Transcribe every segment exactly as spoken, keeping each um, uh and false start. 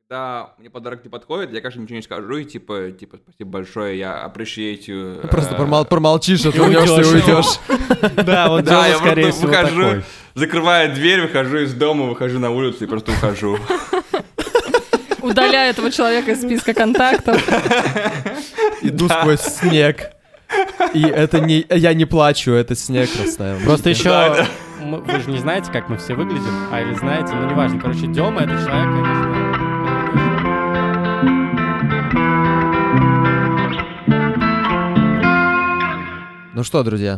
Когда мне подарок не подходит, я, конечно, ничего не скажу, и типа, типа, спасибо большое, я appreciate you. Просто промол- промолчишь, отвернешься и уйдешь. Да, вот Да, Дёма, я скорее просто всего, выхожу, такой. закрываю дверь, выхожу из дома, выхожу на улицу и просто ухожу. Удаляю этого человека из списка контактов. Иду сквозь снег. И это не... Я не плачу, это снег растаял. Просто еще... Да, да. мы- Вы же не знаете, как мы все выглядим, а или знаете, ну неважно. Короче, Дёма — это человек, конечно... Ну что, друзья,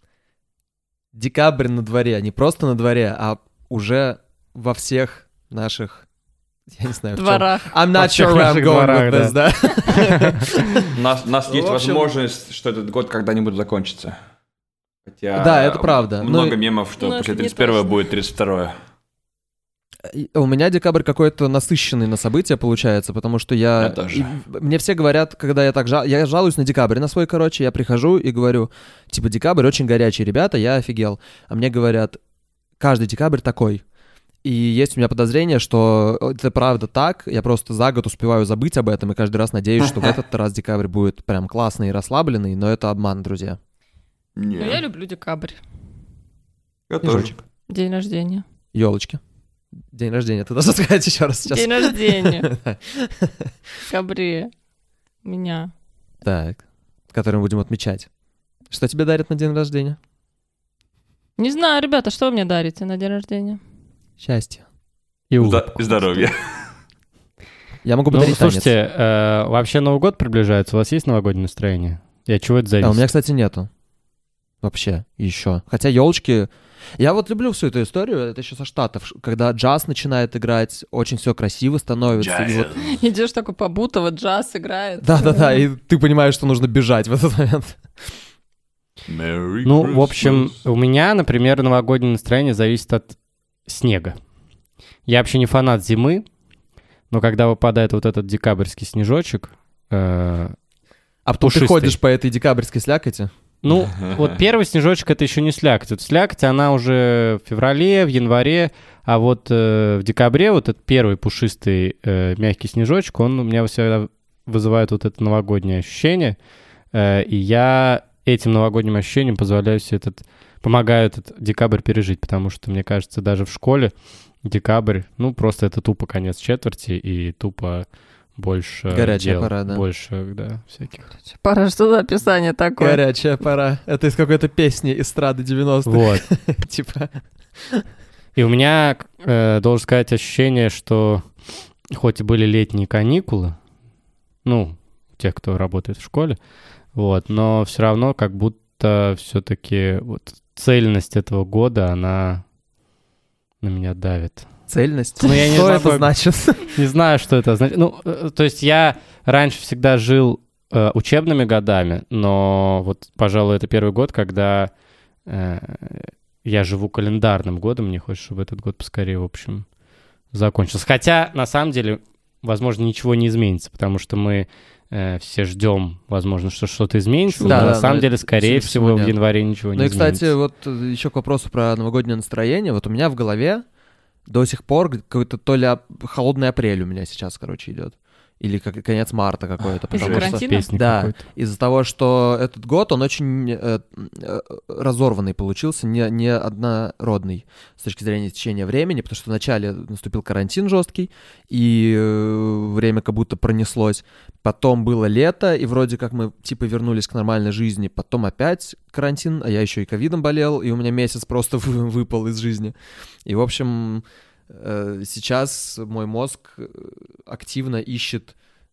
декабрь на дворе, не просто на дворе, а уже во всех наших, я не знаю, в чём. Дворах. I'm Во not всех sure where I'm наших going дворах, with this, да. У нас, у нас В есть общем- возможность, что этот год когда-нибудь закончится. Хотя Да, это правда. много Ну, мемов, что ну, после это не тридцать первого точно. будет тридцать второе. И У меня декабрь какой-то насыщенный на события получается, потому что я... Я тоже. и мне все говорят, когда я так жал... Я жалуюсь на декабрь на свой, короче, я прихожу и говорю, типа, декабрь очень горячий, ребята, я офигел. А мне говорят, каждый декабрь такой. И есть у меня подозрение, что это правда так, я просто за год успеваю забыть об этом и каждый раз надеюсь, что в этот раз декабрь будет прям классный и расслабленный, но это обман, друзья. Ну, я Нет, люблю декабрь. я тоже. Снежочек. День рождения. Елочки. День рождения, ты должен сказать еще раз сейчас. День рождения. В декабре. Меня. Так, который мы будем отмечать. Что тебе дарят на день рождения? Не знаю, ребята, что вы мне дарите на день рождения? Счастье. И Зда- улыбку. и здоровье. Я могу Ну, подарить танец. слушайте, э, вообще Новый год приближается. У вас есть новогоднее настроение? И от чего это зависит? А у меня, кстати, нету. Вообще, еще. Хотя елочки... Я вот люблю всю эту историю, это еще со Штатов, ш- когда джаз начинает играть, очень все красиво становится. И вот... Идешь такой по Бутово, джаз играет. Да-да-да, и ты понимаешь, что нужно бежать в этот момент. Merry Ну, в Christmas. общем, у меня, например, новогоднее настроение зависит от снега. Я вообще не фанат зимы, но когда выпадает вот этот декабрьский снежочек, э, А потом ты Пушистый. ходишь по этой декабрьской слякоти. ну, вот первый снежочек — это еще не слякоть. Вот слякоть, она уже в феврале, в январе, а вот э, в декабре вот этот первый пушистый э, мягкий снежочек, он у меня всегда вызывает вот это новогоднее ощущение, э, и я этим новогодним ощущением позволяю себе этот, помогаю этот декабрь пережить, потому что, мне кажется, даже в школе декабрь, ну, просто это тупо конец четверти и тупо больше Горячая дел, пора, да. больше, да, всяких. Пора, что за описание такое? Горячая пора. Это из какой-то песни эстрады девяностых. Вот. Типа... И у меня, э, должен сказать, ощущение, что хоть и были летние каникулы, ну, у тех, кто работает в школе, вот, но все равно как будто все-таки вот цельность этого года, она на меня давит. Цельность? Ну, я не Что знаю, это как- значит? Не знаю, что это значит. Ну, э, то есть я раньше всегда жил э, учебными годами, но вот, пожалуй, это первый год, когда э, я живу календарным годом, мне хочется, чтобы этот год поскорее, в общем, закончился. Хотя, на самом деле, возможно, ничего не изменится, потому что мы э, все ждем, возможно, что что-то изменится, Да, но да, на самом но деле, это, скорее судя по всему, всего, в нет. январе ничего Ну не и, кстати, изменится. вот э, еще к вопросу про новогоднее настроение. Вот у меня в голове до сих пор какой-то то ли ап- холодный апрель у меня сейчас, короче, идет. Или как, конец марта какой-то. Из-за Потому что, карантина? Песни да, какой-то. из-за того, что этот год, он очень э, э, разорванный получился, не, не однородный с точки зрения течения времени, потому что вначале наступил карантин жесткий, и э, время как будто пронеслось. Потом было лето, и вроде как мы типа вернулись к нормальной жизни. Потом опять карантин, а я еще и ковидом болел, и у меня месяц просто вы- выпал из жизни. И, в общем, э, сейчас мой мозг э, активно ищет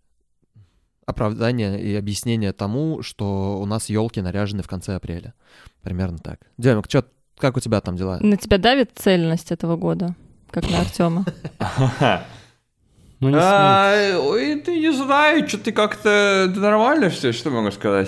оправдание и объяснение тому, что у нас елки наряжены в конце апреля. Примерно так. Демик, чё, как у тебя там дела? На тебя давит цельность этого года, как на Артема? Ну, не смей. А, ой, ты не знаю, что ты как-то да нормально все, что могу сказать.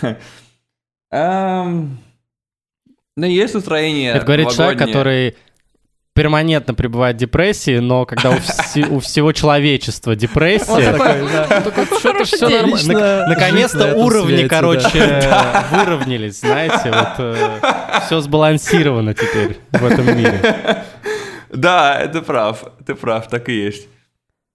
Эм, Ну, есть настроение Это говорит человек, новогоднее. который перманентно пребывает в депрессии, но когда у, все- у всего человечества Он депрессия, такой, что-то все день. нормально. Лично Нак- жить Наконец-то на этом уровни, свете, короче, выровнялись, знаете, вот все сбалансировано теперь в этом мире. Да, ты прав, ты прав, так и есть.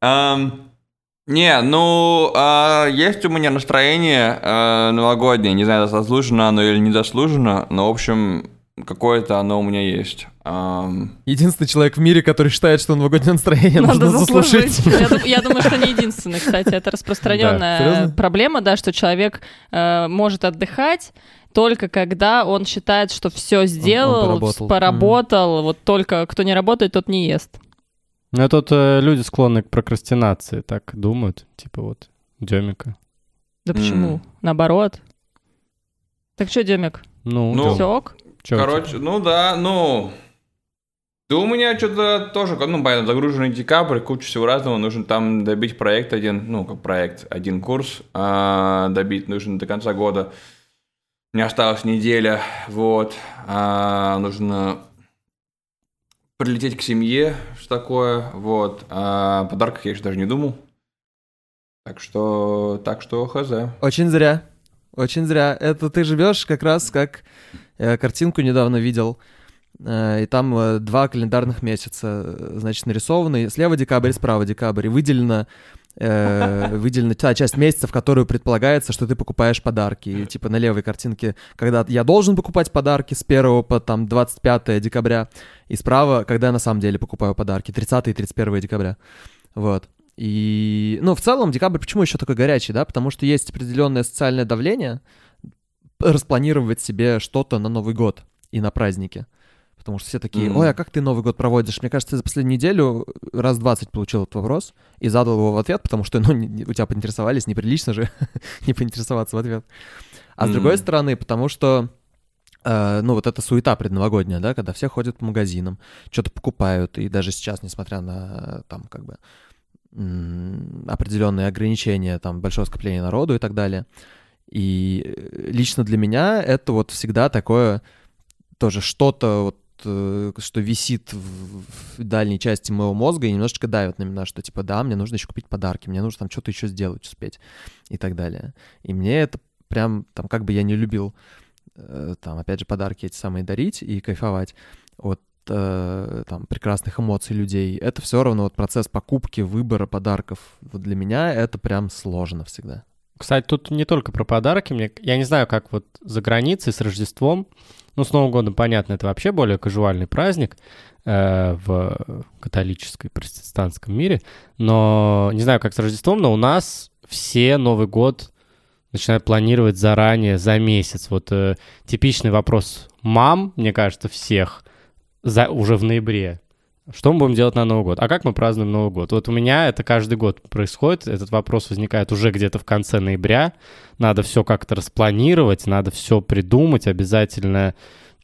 Ам, Не, ну, а, есть у меня настроение а, новогоднее, не знаю, заслуженно оно или не заслуженно, но, в общем, какое-то оно у меня есть. Ам, Единственный человек в мире, который считает, что новогоднее настроение Надо нужно заслужить. заслужить. Я, дум- я думаю, что не единственный, кстати. Это распространенная серьезно? проблема, да, что человек э, может отдыхать только когда он считает, что все сделал, поработал. поработал. Вот только кто не работает, тот не ест. Ну, тут э, люди склонны к прокрастинации, так думают. Типа вот, Демика. Да почему? М. Наоборот. Так что, Демик, Ну, Ну, Дём, все ок? чё у тебя? Короче, ну да, ну... Да у меня что-то тоже, ну, понятно, загруженный декабрь, куча всего разного, нужно там добить проект один, ну, как проект, один курс а, добить нужно до конца года. Мне осталась неделя, вот, а, нужно прилететь к семье, что такое, вот, а, о подарках я еще даже не думал, так что, так что хз. Очень зря. Очень зря. Это ты живешь как раз как э, картинку недавно видел. Э, и там э, два календарных месяца, э, значит, нарисованы. Слева декабрь, справа декабрь. И выделена, э, выделена та часть месяца, в которую предполагается, что ты покупаешь подарки. И, типа на левой картинке, когда я должен покупать подарки с первого по там двадцать пятое декабря. И справа, когда я на самом деле покупаю подарки, тридцатое и тридцать первое декабря. Вот. И, ну, в целом, декабрь почему еще такой горячий, да? Потому что есть определенное социальное давление распланировать себе что-то на Новый год и на праздники. Потому что все такие, Мгм. ой, а как ты Новый год проводишь? Мне кажется, за последнюю неделю раз двадцать получил этот вопрос и задал его в ответ, потому что, ну, не- у тебя поинтересовались, неприлично же не поинтересоваться в ответ. А с другой Мгм. стороны, потому что э, ну, вот эта суета предновогодняя, да, когда все ходят по магазинам, что-то покупают, и даже сейчас, несмотря на, там, как бы, м, определенные ограничения, там, большое скопление народу и так далее. И э, лично для меня это вот всегда такое тоже что-то вот, э, что висит в, в дальней части моего мозга и немножечко давит на меня, что типа, да, мне нужно еще купить подарки, мне нужно там что-то еще сделать, успеть и так далее. И мне это прям, там, как бы я не любил, э, там, опять же, подарки эти самые дарить и кайфовать от э, там, прекрасных эмоций людей, это все равно вот процесс покупки, выбора подарков. Вот для меня это прям сложно всегда. Кстати, тут не только про подарки. Мне, я не знаю, как вот за границей с Рождеством. Ну, с Новым годом, понятно, это вообще более кажуальный праздник э, в католической, протестантском мире. Но не знаю, как с Рождеством, но у нас все Новый год начинают планировать заранее, за месяц. Вот э, типичный вопрос мам, мне кажется, всех за, уже в ноябре. Что мы будем делать на Новый год? А как мы празднуем Новый год? Вот у меня это каждый год происходит. Этот вопрос возникает уже где-то в конце ноября. Надо все как-то распланировать, надо все придумать. Обязательно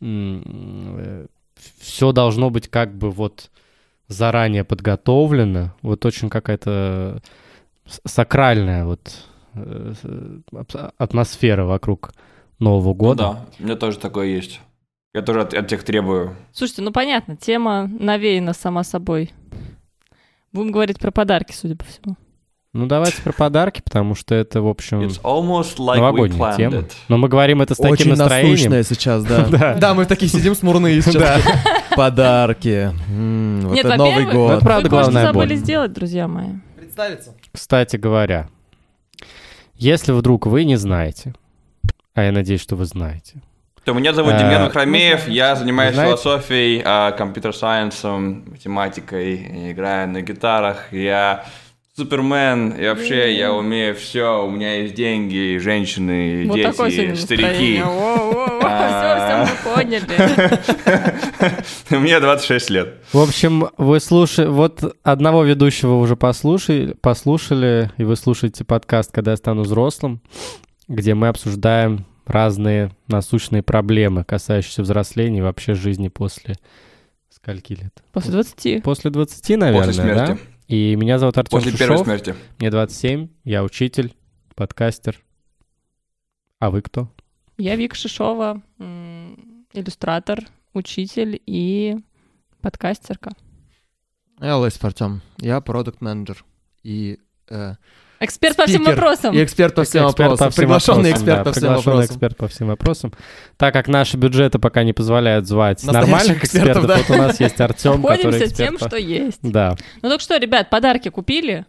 все должно быть как бы вот заранее подготовлено. Вот очень какая-то сакральная вот э, атмосфера вокруг Нового Ну года. да, у меня тоже такое есть. Я тоже от, от тех требую. Слушайте, ну понятно, тема навеяна сама собой. Будем говорить про подарки, судя по всему. Ну, давайте про подарки, потому что это, в общем, It's almost like we новогодняя planned тема. it. Но мы говорим это с таким Очень настроением. насущное сейчас, да. Да. Да, мы такие сидим смурные сейчас. Подарки. М, Вот Нет, это Новый во-первых, Ну, это год. правда вы кое-что главная боль. забыли сделать, друзья мои. Представиться. Кстати говоря, если вдруг вы не знаете, а я надеюсь, что вы знаете. То меня зовут Э, Демьян Махрамеев, я занимаюсь знаете- философией, а, компьютер-сайенсом, математикой, играю на гитарах, я супермен, и вообще я умею все, у меня есть деньги, женщины, Вот такое дети, сегодня старики. настроение. А. Все, все, мы поняли. Мне двадцать шесть лет. В общем, вы слушали... Вот одного ведущего уже послушали, послушали, и вы слушаете подкаст «Когда я стану взрослым», где мы обсуждаем разные насущные проблемы, касающиеся взросления и вообще жизни после скольки лет? После двадцати. После двадцати, наверное, После смерти. да? И меня зовут Артем После первой Шишов, смерти. мне двадцать семь, я учитель, подкастер. А вы кто? Я Вика Шишова, м, иллюстратор, учитель и подкастерка. Я Лысов Артем. Я продакт-менеджер и э, Эксперт по всем спикер вопросам. И эксперт по всем Эксперт вопросам. по всем Приглашенный вопросам, эксперт да, по всем приглашенный вопросам. эксперт по всем вопросам. Так как наши бюджеты пока не позволяют звать Настоящих нормальных экспертов, экспертов, да. вот у нас есть Артем, который Обходимся эксперт тем, по- что есть. Да, Ну так что, ребят, подарки купили?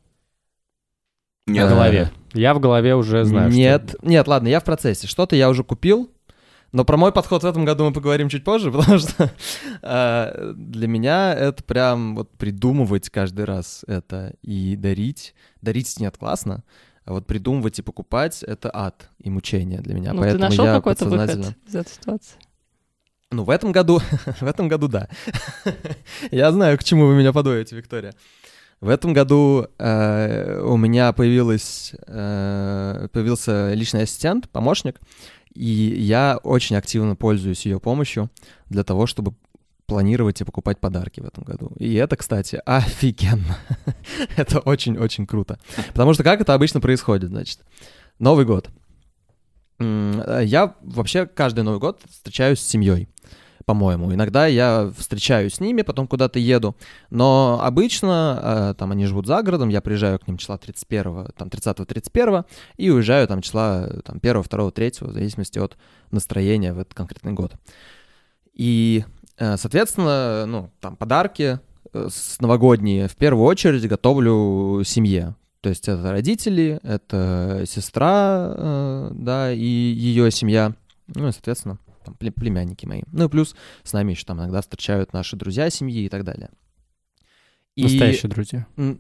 в Нет. голове. Я в голове уже знаю, что- Нет, нет, ладно, я в процессе. Что-то я уже купил, но про мой подход в этом году мы поговорим чуть позже, потому что э, для меня это прям вот придумывать каждый раз это и дарить. Дарить нет, классно, а вот придумывать и покупать — это ад и мучение для меня. Ну, ты Поэтому нашел я какой-то подсознательно... выход из этой ситуации? Ну, в этом году, в этом году да. Я знаю, к чему вы меня подводите, Виктория. В этом году э, у меня появилась, э, появился личный ассистент, помощник, и я очень активно пользуюсь ее помощью для того, чтобы планировать и покупать подарки в этом году. И это, кстати, офигенно. Это очень-очень круто. Потому что как это обычно происходит, значит? Новый год. М, Я вообще каждый Новый год встречаюсь с семьей, по-моему. Иногда я встречаюсь с ними, потом куда-то еду. Но обычно э, там они живут за городом, я приезжаю к ним числа тридцать первого, там тридцатого тридцать первого и уезжаю там числа там, первого, второго, третьего, в зависимости от настроения в этот конкретный год. И, э, соответственно, ну, там подарки э, с новогодние в первую очередь готовлю семье. То есть это родители, это сестра, э, да, и ее семья, ну и, соответственно, там, пле- племянники мои. Ну и плюс с нами еще там иногда встречают наши друзья семьи и так далее. И- Настоящие друзья. М.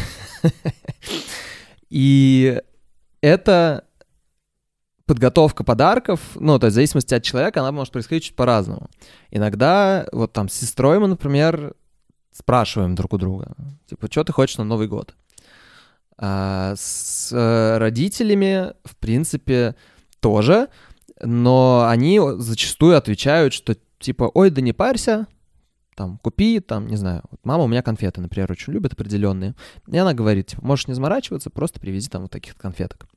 И это подготовка подарков, ну, то есть в зависимости от человека, она может происходить чуть по-разному. Иногда, вот там с сестрой мы, например, спрашиваем друг у друга, типа, что ты хочешь на Новый год? А с э, родителями, в принципе, тоже, но они зачастую отвечают, что типа, ой, да не парься, там, купи, там, не знаю, вот мама у меня конфеты, например, очень любит определенные, и она говорит, типа, можешь не заморачиваться, просто привези там вот таких конфеток.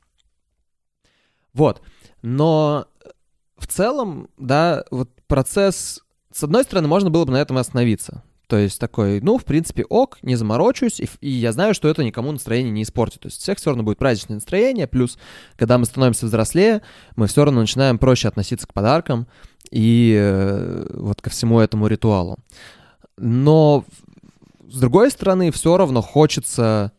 Вот, но в целом, да, вот процесс, с одной стороны, можно было бы на этом и остановиться. То есть такой, ну, в принципе, ок, не заморочусь, и, ф- и я знаю, что это никому настроение не испортит. То есть у всех все равно будет праздничное настроение, плюс, когда мы становимся взрослее, мы все равно начинаем проще относиться к подаркам и э, вот ко всему этому ритуалу. Но, с другой стороны, все равно хочется,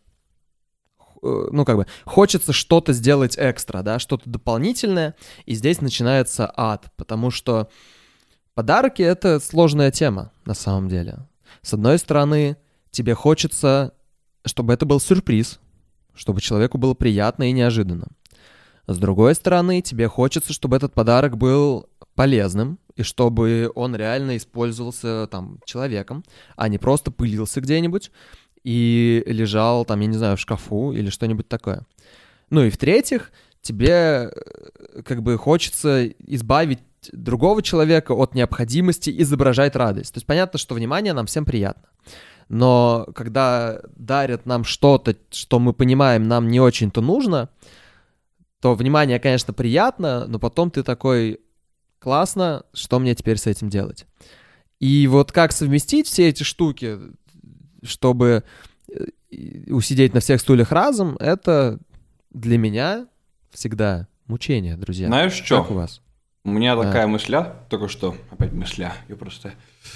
э, ну, как бы, хочется что-то сделать экстра, да, что-то дополнительное, и здесь начинается ад, потому что подарки — это сложная тема, на самом деле. С одной стороны, тебе хочется, чтобы это был сюрприз, чтобы человеку было приятно и неожиданно. С другой стороны, тебе хочется, чтобы этот подарок был полезным, и чтобы он реально использовался там человеком, а не просто пылился где-нибудь и лежал там, я не знаю, в шкафу или что-нибудь такое. Ну и в-третьих, тебе э, как бы хочется избавить другого человека от необходимости изображать радость. То есть понятно, что внимание нам всем приятно. Но когда дарят нам что-то, что мы понимаем, нам не очень-то нужно, то внимание, конечно, приятно, но потом ты такой, классно, что мне теперь с этим делать? И вот как совместить все эти штуки, чтобы усидеть на всех стульях разом, это для меня всегда мучение, друзья. Знаешь что? Как у вас? У меня А. такая мысля, только что, опять мысля, я просто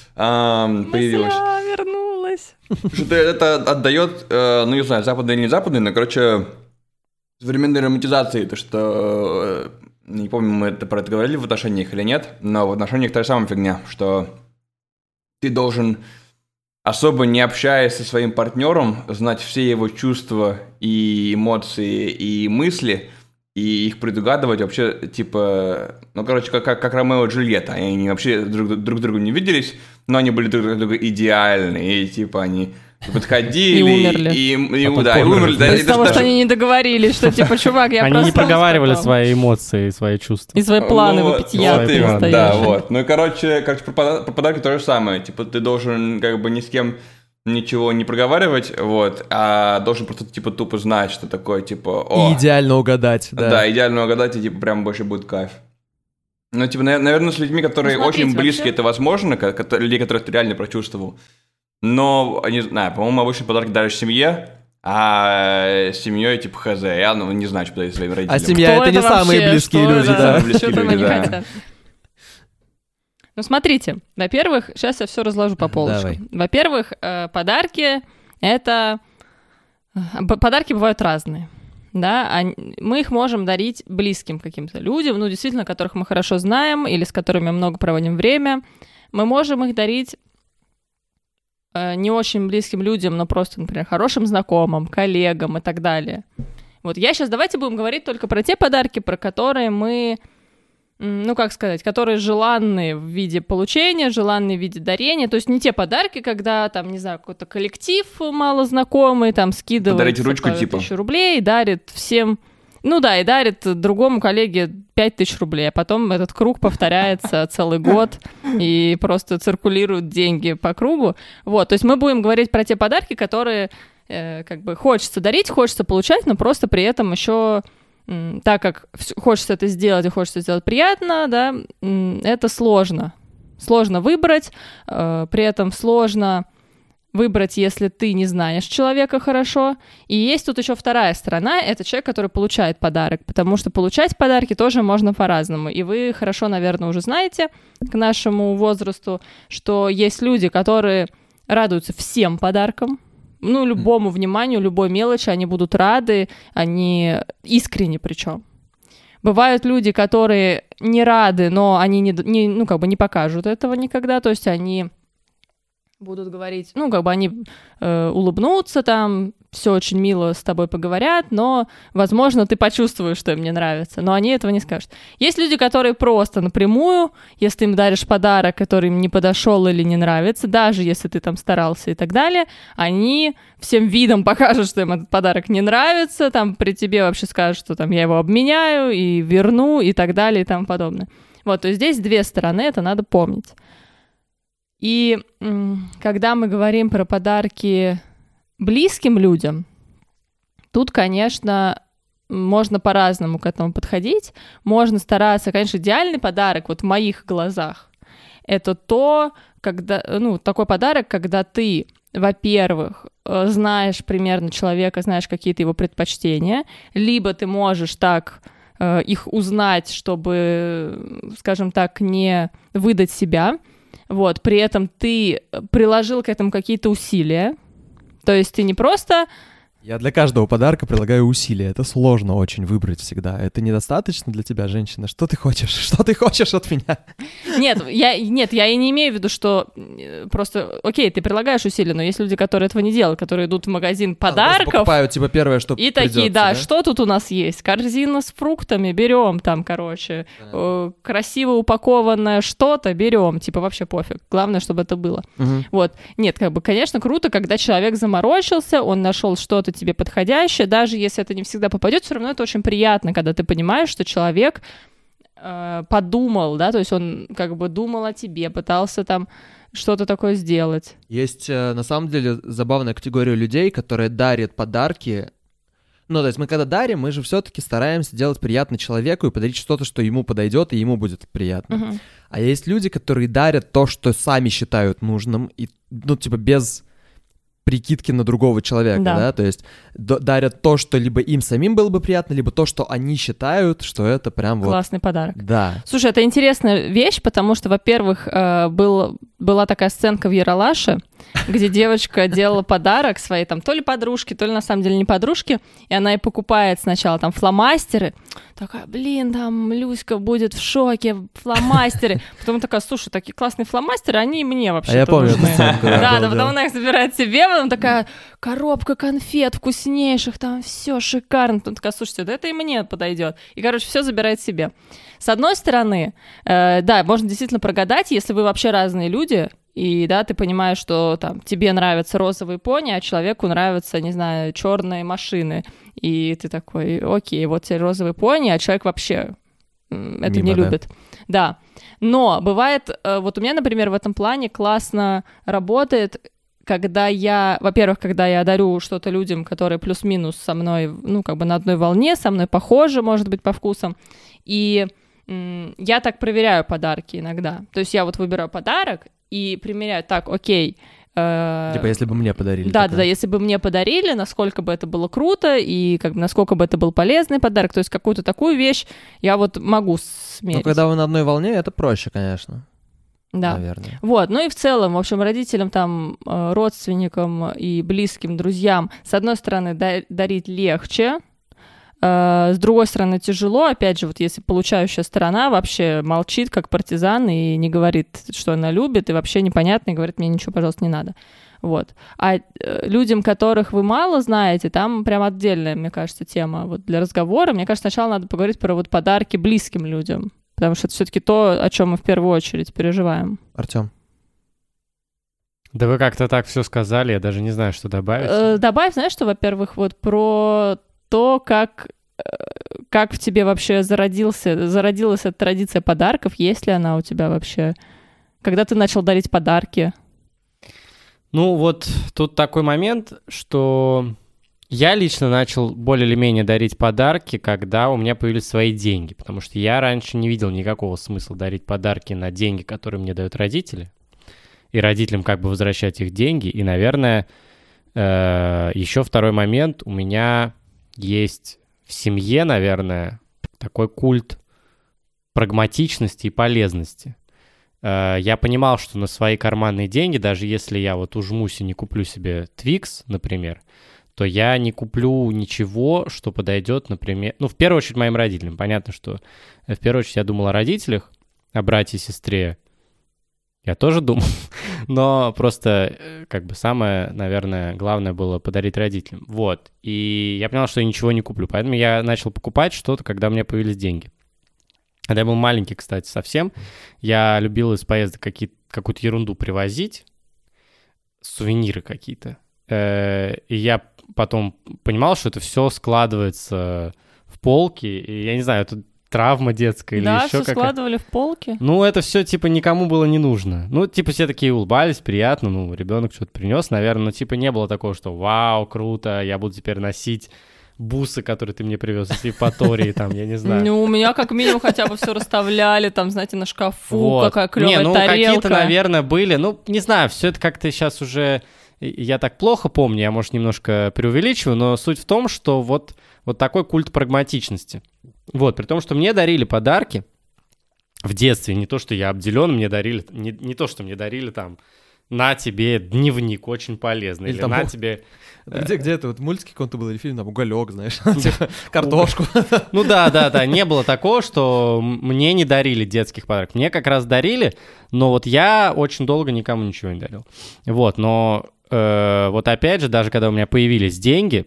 ам, появилась. Мысля вернулась. Что-то это отдает, э, ну не знаю, западный или не западный, но, короче, современной романтизации, то что, э, не помню, мы это, про это говорили в отношениях или нет, но в отношениях та же самая фигня, что ты должен, особо не общаясь со своим партнером, знать все его чувства и эмоции и мысли, и их предугадывать вообще, типа, ну, короче, как, как, как Ромео и Джульетта. Они вообще друг, друг другу не виделись, но они были друг другу идеальны, и, типа, они подходили. И умерли. И, и, Потом да, и померли. умерли. Да, Из-за и того, даже- что они не договорились, что типа, чувак, я Они не проснулся проговаривали потом. свои эмоции, свои чувства. И свои планы Ну, выпить вот, яд вот именно, настоящий. да, вот. Ну и, короче, короче про, пода- про подарки то же самое. Типа, ты должен, как бы, ни с кем ничего не проговаривать, вот, а должен просто, типа, тупо знать, что такое, типа, о... И идеально угадать, да. Да, идеально угадать, и типа прям больше будет кайф. Ну, типа, на- наверное, с людьми, которые Ну, смотрите, очень близкие, вообще- это возможно, ко- ко- людей, которых ты реально прочувствовал. Но, не знаю, по-моему, обычно подарки даришь семье, А с семьей, типа, хз, я ну, не знаю, что подарить своим родителям. А семья — это не самые близкие люди, да. Близкие люди, да. Ну, смотрите, во-первых, сейчас я все разложу по полочкам. Давай. Во-первых, э, подарки — это... Подарки бывают разные, да, они... мы их можем дарить близким каким-то людям, ну, действительно, которых мы хорошо знаем или с которыми много проводим время. Мы можем их дарить э, не очень близким людям, но просто, например, хорошим знакомым, коллегам и так далее. Вот я сейчас, давайте будем говорить только про те подарки, про которые мы... ну, как сказать, которые желанны в виде получения, желанны в виде дарения, то есть не те подарки, когда, там, не знаю, какой-то коллектив малознакомый, там, скидывает подарить ручку, по типа. тысячу рублей и дарит всем, ну да, и дарит другому коллеге пять тысяч рублей, а потом этот круг повторяется целый год, и просто циркулируют деньги по кругу, вот, то есть мы будем говорить про те подарки, которые, э, как бы, хочется дарить, хочется получать, но просто при этом еще... так как хочется это сделать и хочется сделать приятно, да, это сложно. Сложно выбрать, э, при этом сложно выбрать, если ты не знаешь человека хорошо. И есть тут еще вторая сторона, это человек, который получает подарок, потому что получать подарки тоже можно по-разному. И вы хорошо, наверное, уже знаете к нашему возрасту, что есть люди, которые радуются всем подаркам, ну, любому вниманию, любой мелочи, они будут рады, они искренне причем. Бывают люди, которые не рады, но они не, не, ну, как бы не покажут этого никогда, то есть они будут говорить, ну, как бы они э, улыбнутся там, все очень мило с тобой поговорят, но, возможно, ты почувствуешь, что им не нравится, но они этого не скажут. Есть люди, которые просто напрямую, если ты им даришь подарок, который им не подошел или не нравится, даже если ты там старался и так далее, они всем видом покажут, что им этот подарок не нравится, там при тебе вообще скажут, что там я его обменяю и верну и так далее и тому подобное. Вот, то есть здесь две стороны, это надо помнить. И м- когда мы говорим про подарки близким людям, тут, конечно, можно по-разному к этому подходить. Можно стараться, конечно, идеальный подарок, вот в моих глазах, это то, когда, ну, такой подарок, когда ты, во-первых, знаешь примерно человека, знаешь какие-то его предпочтения, либо ты можешь так э, их узнать, чтобы, скажем так, не выдать себя. Вот, при этом ты приложил к этому какие-то усилия. То есть ты не просто... Я для каждого подарка прилагаю усилия. Это сложно очень выбрать всегда. Это недостаточно для тебя, женщина? Что ты хочешь? Что ты хочешь от меня? Нет, я, нет, я и не имею в виду, что просто, окей, ты прилагаешь усилия, но есть люди, которые этого не делают, которые идут в магазин подарков. А, покупают, типа, первое, что и придётся, такие, да, да, что тут у нас есть? Корзина с фруктами, берем там, короче. Э, красиво упакованное что-то, берем. Типа, вообще пофиг. Главное, чтобы это было. Угу. Вот. Нет, как бы, конечно, круто, когда человек заморочился, он нашел что-то тебе подходящее, даже если это не всегда попадет, все равно это очень приятно, когда ты понимаешь, что человек э, подумал, да, то есть он как бы думал о тебе, пытался там что-то такое сделать. Есть, э, на самом деле, забавная категория людей, которые дарят подарки. Ну, то есть мы когда дарим, мы же все-таки стараемся делать приятно человеку и подарить что-то, что ему подойдет и ему будет приятно. Угу. А есть люди, которые дарят то, что сами считают нужным, и, ну, типа, без прикидки на другого человека, да, да? То есть д- дарят то, что либо им самим было бы приятно, либо то, что они считают, что это прям вот... Классный подарок. Да. Слушай, это интересная вещь, потому что, во-первых, э, был, была такая сценка в Ералаше, где девочка делала подарок своей там то ли подружке, то ли на самом деле не подружке, и она и покупает сначала там фломастеры, такая, блин, там Люська будет в шоке, фломастеры. Потом такая, слушай, такие классные фломастеры, они и мне вообще-то А я помню нужны. эту сценку. Да, да, потом она их забирает себе, потом такая, коробка конфет вкуснейших, там все шикарно. Потом такая, слушайте, да это и мне подойдет. И, короче, все забирает себе. С одной стороны, э, да, можно действительно прогадать, если вы вообще разные люди, и, да, ты понимаешь, что там тебе нравятся розовые пони, а человеку нравятся, не знаю, черные машины. И ты такой, окей, вот теперь розовые пони, а человек вообще м, это Мимо, не да. любит. Да. Но бывает, э, вот у меня, например, в этом плане классно работает, когда я, во-первых, когда я дарю что-то людям, которые плюс-минус со мной, ну, как бы на одной волне, со мной похожи, может быть, по вкусам, и м, я так проверяю подарки иногда. То есть я вот выбираю подарок и примеряю, так, окей, Типа, если бы мне подарили. Да, да, да, если бы мне подарили, насколько бы это было круто и как бы насколько бы это был полезный подарок. То есть какую-то такую вещь я вот могу смерить. Ну, когда вы на одной волне, это проще, конечно. Да. Наверное. Вот, ну и в целом, в общем, родителям, там, родственникам и близким, друзьям, с одной стороны, дарить легче, с другой стороны, тяжело. Опять же, вот если получающая сторона вообще молчит, как партизан, и не говорит, что она любит, и вообще непонятно, и говорит, мне ничего, пожалуйста, не надо. Вот. А людям, которых вы мало знаете, там прям отдельная, мне кажется, тема вот для разговора. Мне кажется, сначала надо поговорить про вот подарки близким людям, потому что это все-таки то, о чем мы в первую очередь переживаем. Артём. Да вы как-то так все сказали, я даже не знаю, что добавить. Э, добавь, знаешь, что, во-первых, вот про то, как, как в тебе вообще зародился, зародилась эта традиция подарков, есть ли она у тебя вообще? Когда ты начал дарить подарки? Ну вот тут такой момент, что я лично начал более или менее дарить подарки, когда у меня появились свои деньги, потому что я раньше не видел никакого смысла дарить подарки на деньги, которые мне дают родители, и родителям как бы возвращать их деньги. И, наверное, еще второй момент, у меня есть в семье, наверное, такой культ прагматичности и полезности. Я понимал, что на свои карманные деньги, даже если я вот ужмусь и не куплю себе Twix, например, то я не куплю ничего, что подойдет, например... Ну, в первую очередь, моим родителям. Понятно, что в первую очередь я думал о родителях, о брате и сестре. Я тоже думал, но просто как бы самое, наверное, главное было подарить родителям. Вот. И я понял, что я ничего не куплю. Поэтому я начал покупать что-то, когда у меня появились деньги. Когда я был маленький, кстати, совсем, я любил из поездок какую-то ерунду привозить, сувениры какие-то. И я потом понимал, что это все складывается в полки. И я не знаю, это... травма детская или да, еще какая-то. Да, все складывали в полки. Ну, это все, типа, никому было не нужно. Ну, типа, все такие улыбались, приятно, ну, ребенок что-то принес, наверное, но, типа, не было такого, что вау, круто, я буду теперь носить бусы, которые ты мне привез из Евпатории, там, я не знаю. Ну, у меня как минимум хотя бы все расставляли, там, знаете, на шкафу, вот. Какая клевая не, ну, тарелка. Какие-то, наверное, были, ну, не знаю, все это как-то сейчас уже... Я так плохо помню, я, может, немножко преувеличиваю, но суть в том, что вот, вот такой культ прагматичности. Вот, при том, что мне дарили подарки в детстве, не то, что я обделен, мне дарили, не, не то, что мне дарили там, на тебе дневник очень полезный, или, или там, на тебе... Где, где это, вот мультики какой-то был, или фильм, там, уголек, знаешь, типа картошку. Ну да, да, да, не было такого, что мне не дарили детских подарков, мне как раз дарили, но вот я очень долго никому ничего не дарил. Вот, но вот опять же, даже когда у меня появились деньги,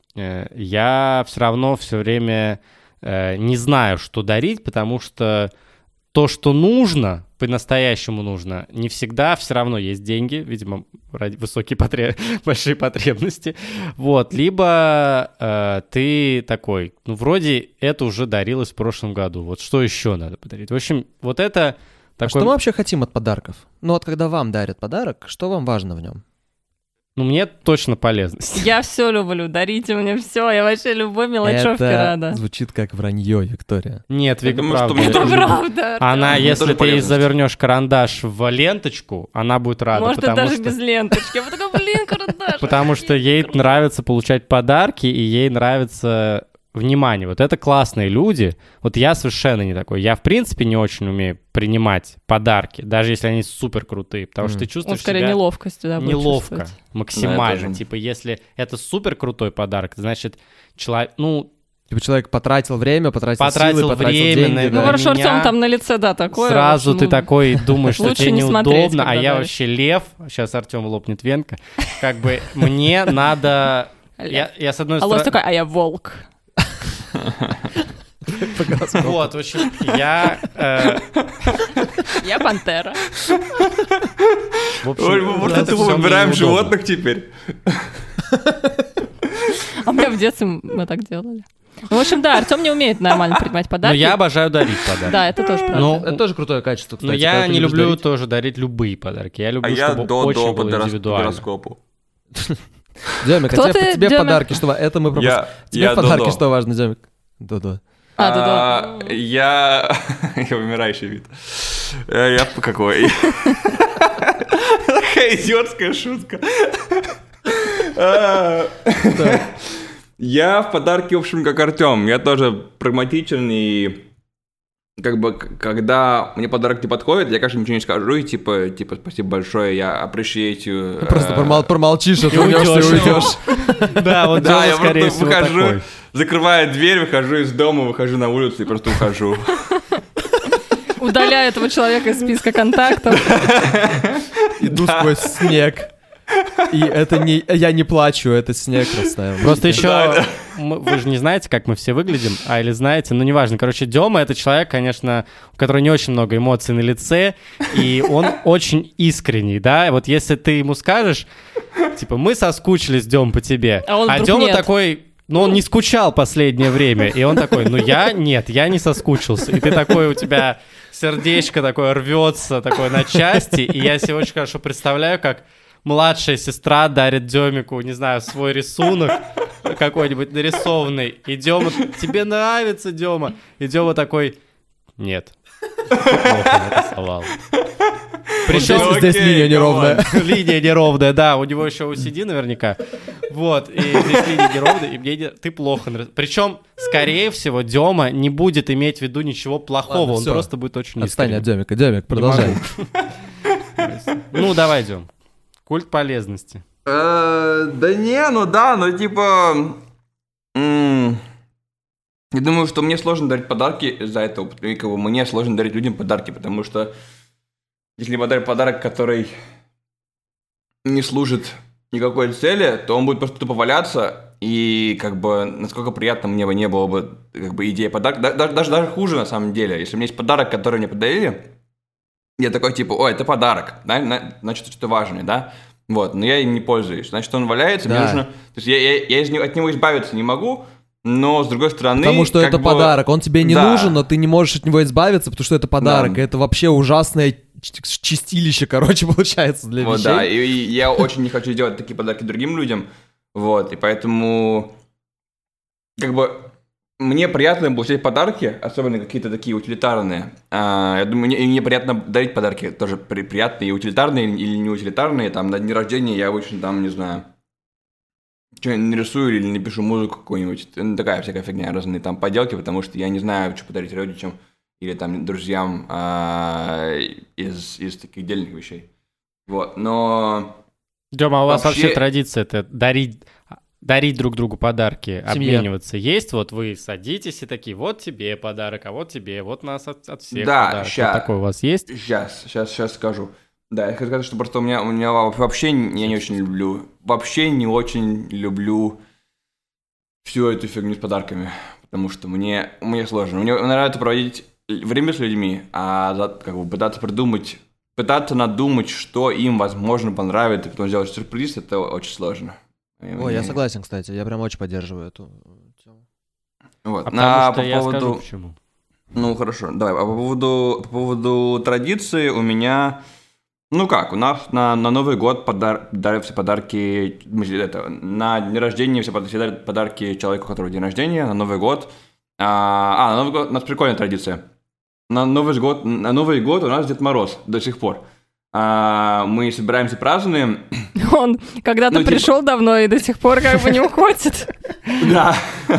я все равно все время... не знаю, что дарить, потому что то, что нужно, по-настоящему нужно, не всегда все равно есть деньги, видимо, ради высокие потреб... большие потребности, вот, либо э, ты такой, ну, вроде это уже дарилось в прошлом году, вот что еще надо подарить? В общем, вот это такой... А что мы вообще хотим от подарков? Ну, вот когда вам дарят подарок, что вам важно в нем? Ну, мне точно полезность. Я все люблю, дарите мне все, я вообще любой мелочевке рада. Это звучит как вранье, Виктория. Нет, Вика, правда. Это правда. Она, если ты ей завернешь карандаш в ленточку, она будет рада. Может, даже без ленточки. Я буду такая, блин, карандаш. Потому что ей нравится получать подарки, и ей нравится... Внимание, вот это классные люди. Вот я совершенно не такой. Я, в принципе, не очень умею принимать подарки, даже если они супер крутые, потому mm. что ты чувствуешь Он скорее себя... неловкость, да, неловко, максимально. Да, типа, если это супер крутой подарок, значит, человек, ну... Типа человек потратил время, потратил, потратил силы, потратил время, деньги. на, Да. Ну хорошо, меня... Артём там на лице, да, такое. Сразу вот, ты ну... такой думаешь, что тебе неудобно, а я дальше. вообще лев. Сейчас Артём лопнет венка. Как бы мне надо... Я, я с одной стороны... А Лос стороны... такой, а я волк. Вот, в общем, я... э, Я пантера. В общем, Ой, мы вот просто это тупо всё мне выбираем неудобно. животных теперь. А мы в детстве мы так делали. Ну, в общем, да, Артём не умеет нормально принимать Но подарки. я обожаю дарить подарки. Да, это тоже правда. Ну, Это тоже крутое качество, кстати. Но я когда ты не любишь люблю дарить. тоже дарить любые подарки. Я люблю, А я чтобы до, очень до было по гороскопу. индивидуально. гороскопу. Демик, а Кто тебе, ты, тебе Демик? подарки, что ва- это мы пропустим. Я, Тебе я в подарки Додо. что важно, Демик? Да-да. А, да, А, да. Я... Я умирающий вид. Э, Я какой? Какая идиотская шутка. Я в подарке, в общем, как Артём. Я тоже прагматичен и... Как бы, когда мне подарок не подходит, я, конечно, ничего не скажу, и типа, типа, спасибо большое, я appreciate you. Просто промол- промолчишь, отвернешься и уйдешь. Да, вот Да, Дёма, я скорее просто всего, выхожу, такой. закрываю дверь, выхожу из дома, выхожу на улицу и просто ухожу. Удаляю этого человека из списка контактов. Иду сквозь снег. И это не... Я не плачу, это снег растаял. Просто еще... Вы же не знаете, как мы все выглядим, а или знаете, ну неважно. Короче, Дема — это человек, конечно, у которого не очень много эмоций на лице, и он очень искренний, да? Вот если ты ему скажешь, типа, мы соскучились, Дем, по тебе, а, он а вдруг Дема нет. такой... Ну, он не скучал последнее время, и он такой, ну я нет, я не соскучился. И ты такой, у тебя сердечко такое рвется, такое на части, и я себе очень хорошо представляю, как младшая сестра дарит Демику, не знаю, свой рисунок какой-нибудь нарисованный, и Дема, тебе нравится, Дема? И Дема такой, нет, ты плохо нарисовал. Причем Ну, здесь окей, линия неровная. Линия неровная, да, у него еще о си ди наверняка. Вот, и здесь линия неровная, и мне не- ты плохо нарисовал. Причем, скорее всего, Дема не будет иметь в виду ничего плохого, Ладно, он всё. просто будет очень Отстань искренним. от Демика. Демик, продолжай. Ну, давай, Дем. Культ полезности. Э, Да не, ну да, ну типа... м, Я думаю, что мне сложно дарить подарки из-за этого. И как бы мне сложно дарить людям подарки, потому что если я подарю подарок, который не служит никакой цели, то он будет просто тупо валяться, и как бы насколько приятно мне бы не было бы как бы идея подарка. Да- Даже, даже, даже хуже на самом деле. Если у меня есть подарок, который мне подарили, я такой типа, ой, это подарок, да? на- значит, что-то важное, да? Вот, но я им не пользуюсь. Значит, он валяется, мне Да. нужно... То есть я, я, я из него- от него избавиться не могу, но с другой стороны... Потому что как это бы- подарок. Он тебе не Да. нужен, но ты не можешь от него избавиться, потому что это подарок. Да. И это вообще ужасное ч- чистилище, короче, получается для Вот, вещей. да, и, и я очень не хочу делать такие подарки другим людям, вот, и поэтому, как бы, мне приятно получать подарки, особенно какие-то такие утилитарные. А, я думаю, мне, и мне приятно дарить подарки, тоже при, приятные и утилитарные или не утилитарные, там, на день рождения я обычно, там, не знаю, что-нибудь нарисую или напишу музыку какую-нибудь, ну, такая всякая фигня, разные там поделки, потому что я не знаю, что подарить родичам или там друзьям а, из, из таких дельных вещей. Вот, но... Дема, а у вас Вообще- вообще традиция это дарить, дарить друг другу подарки, В семье. обмениваться есть? Вот вы садитесь и такие, вот тебе подарок, а вот тебе, вот нас от, от всех Да, подарок. ща. Вот такой у вас есть? Сейчас, сейчас, сейчас скажу. Да, я хочу сказать, что просто у меня, у меня вообще не- я не очень люблю, вообще не очень люблю всю эту фигню с подарками, потому что мне, мне сложно. Мне нравится проводить время с людьми, а за- как бы пытаться придумать, пытаться надумать, что им, возможно, понравится, и потом сделать сюрприз, это очень сложно. И Ой, я мне- согласен, кстати. Я прям очень поддерживаю эту тему. Вот. А На- потому что по я поводу... скажу почему. Ну, хорошо, давай. А по поводу, по поводу традиции у меня... Ну как, у нас на, на Новый год подар, дарят все подарки... в смысле, Это, на день рождения все, под- все дарят подарки человеку, у которого день рождения, на Новый год. А, а, на Новый год у нас прикольная традиция. На Новый год, на Новый год у нас Дед Мороз до сих пор. А, мы собираемся, празднуем. Он когда-то Ну, типа- пришел давно и до сих пор как бы не уходит. Да.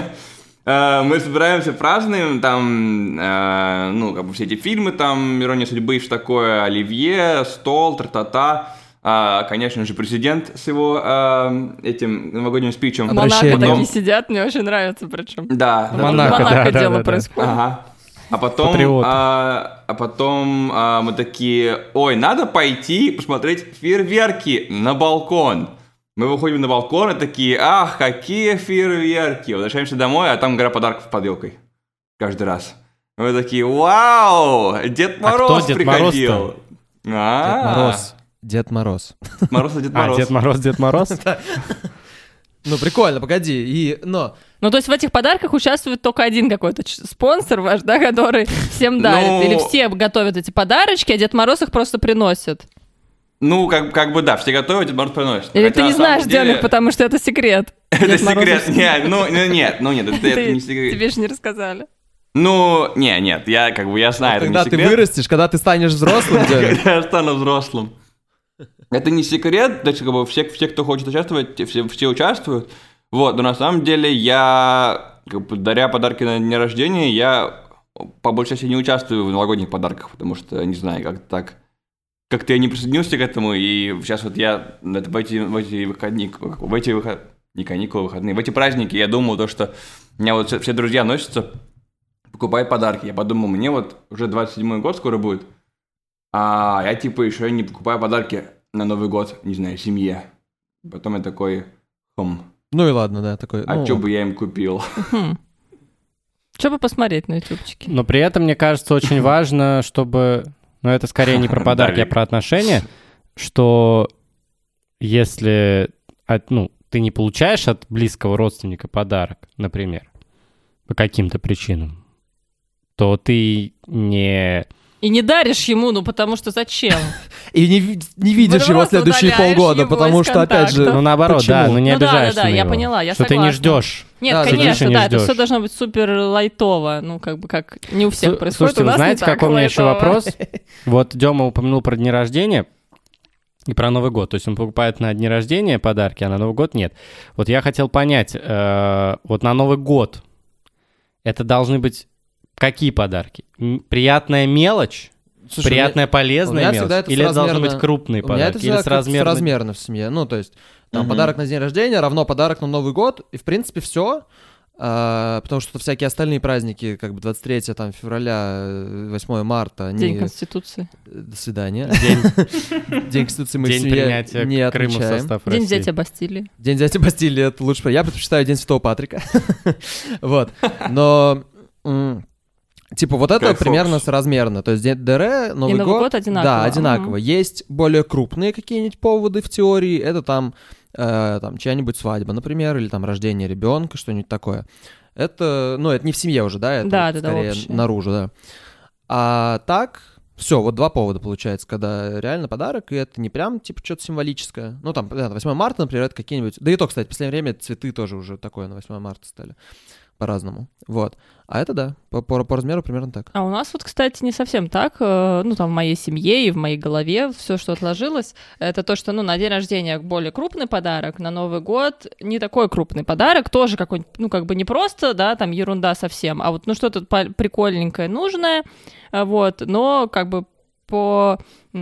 Э, Мы собираемся, празднуем, там, э, ну, как бы все эти фильмы, там, «Ирония судьбы» и что такое, «Оливье», «Стол», «Тра-та-та», а, конечно же, президент с его э, этим новогодним спичем. Монако Обращение. такие сидят, мне очень нравится причем. Да. В Монако, Монако да, да, дело да, да. происходит. Ага. А потом, Патриот. а, а потом а, мы такие, ой, надо пойти посмотреть фейерверки на балкон. Мы выходим на балкон и такие, ах, какие фейерверки. Возвращаемся домой, а там гора подарков под елкой. Каждый раз. Мы такие, вау, Дед А Мороз кто Дед приходил. Мороз-то? А, Дед Мороз. Дед Мороз. Дед Мороз и Дед А, Мороз. Дед Мороз, Дед Мороз? Ну, прикольно, погоди. И, но... Ну, то есть в этих подарках участвует только один какой-то ч- спонсор ваш, да, который всем дарит? Ну- Или все готовят эти подарочки, а Дед Мороз их просто приносит? Ну, как, как бы да, все готовы, Дед Мороз приносит. Или Хотя ты не на самом знаешь, деле- Демик, потому что это секрет? Это Дед Мороз секрет. и- Нет, ну, ну, нет, ну нет, это, это Ты- не секрет. Тебе же не рассказали. Ну, не, нет, я как бы я знаю, это Когда не ты секрет. вырастешь, когда ты станешь взрослым, Демик, Когда я стану взрослым. Это не секрет, то есть, как бы, все, все, кто хочет участвовать, все, все участвуют. Вот, но на самом деле я, как бы, даря подарки на день рождения, я по большей части не участвую в новогодних подарках, потому что, не знаю, как так... Как-то я не присоединился к этому, и сейчас вот я в эти, в эти выходные, в эти выход... не каникулы, выходные, в эти праздники я думал, то, что у меня вот все друзья носятся, покупают подарки. Я подумал, мне вот уже двадцать седьмой год скоро будет, а я типа еще не покупаю подарки на Новый год, не знаю, семье. Потом я такой, хм. Ну и ладно, да, такой. А ну... что бы я им купил? Что бы посмотреть на ютубчике? Но при этом, мне кажется, очень важно, чтобы... Ну, это скорее не про подарки, а про отношения, что если, от, ну, ты не получаешь от близкого родственника подарок, например, по каким-то причинам, то ты не... И не даришь ему, ну потому что зачем? И не, не видишь его следующие полгода, потому что, опять же... Ну, наоборот, почему? да, ну не ну, обижаешься да, да, да, на я его. поняла, я что согласна. ты не ждешь. Нет, Да, конечно, не да, это ждёшь. все должно быть супер лайтово, ну как бы как не у всех С- происходит, Слушайте, у вы нас знаете, не так какой у меня еще лайтово. вопрос? Вот Дема упомянул про дни рождения и про Новый год. То есть он покупает на дни рождения подарки, а на Новый год нет. Вот я хотел понять, э, вот на Новый год это должны быть какие подарки? М, Приятная мелочь? Слушай, Приятная, у полезная меня мелочь? всегда это Или это должны соразмерно- быть крупные У меня это подарки? Или всегда как-то соразмерно? соразмерно в семье. Ну, то есть, там, Мгм. подарок на день рождения равно подарок на Новый год, и, в принципе, все. Потому что всякие остальные праздники, как бы двадцать третьего там, февраля, э, восьмое марта, они... День Конституции. До свидания. День, День Конституции мы в день семье принятия не Крыма в отмечаем. состав День России. взятия Бастилии. День взятия Бастилии — это лучше. Я предпочитаю День Святого Патрика. Вот. Но... м, Типа вот это Кайфокс. примерно соразмерно. То есть День ДР, Новый, Новый год... год одинаково. Да, одинаково. Мгм. Есть более крупные какие-нибудь поводы в теории. Это там, э, там чья-нибудь свадьба, например, или там рождение ребенка, что-нибудь такое. Это, ну, это не в семье уже, да? Это Да, вот да, да, скорее общее. наружу, да. А так, все, вот два повода получается, когда реально подарок, и это не прям, типа, что-то символическое. Ну, там, да, восьмое марта, например, это какие-нибудь... Да и то, кстати, в последнее время цветы тоже уже такое на восьмое марта стали. По-разному. Вот. А это, да, по, по, по размеру примерно так. А у нас вот, кстати, не совсем так. э, Ну, там, в моей семье и в моей голове все, что отложилось, это то, что, ну, на день рождения более крупный подарок, на Новый год не такой крупный подарок, тоже какой-нибудь, ну, как бы не просто, да, там, ерунда совсем, а вот, ну, что-то по- прикольненькое, нужное, э, вот, но, как бы, по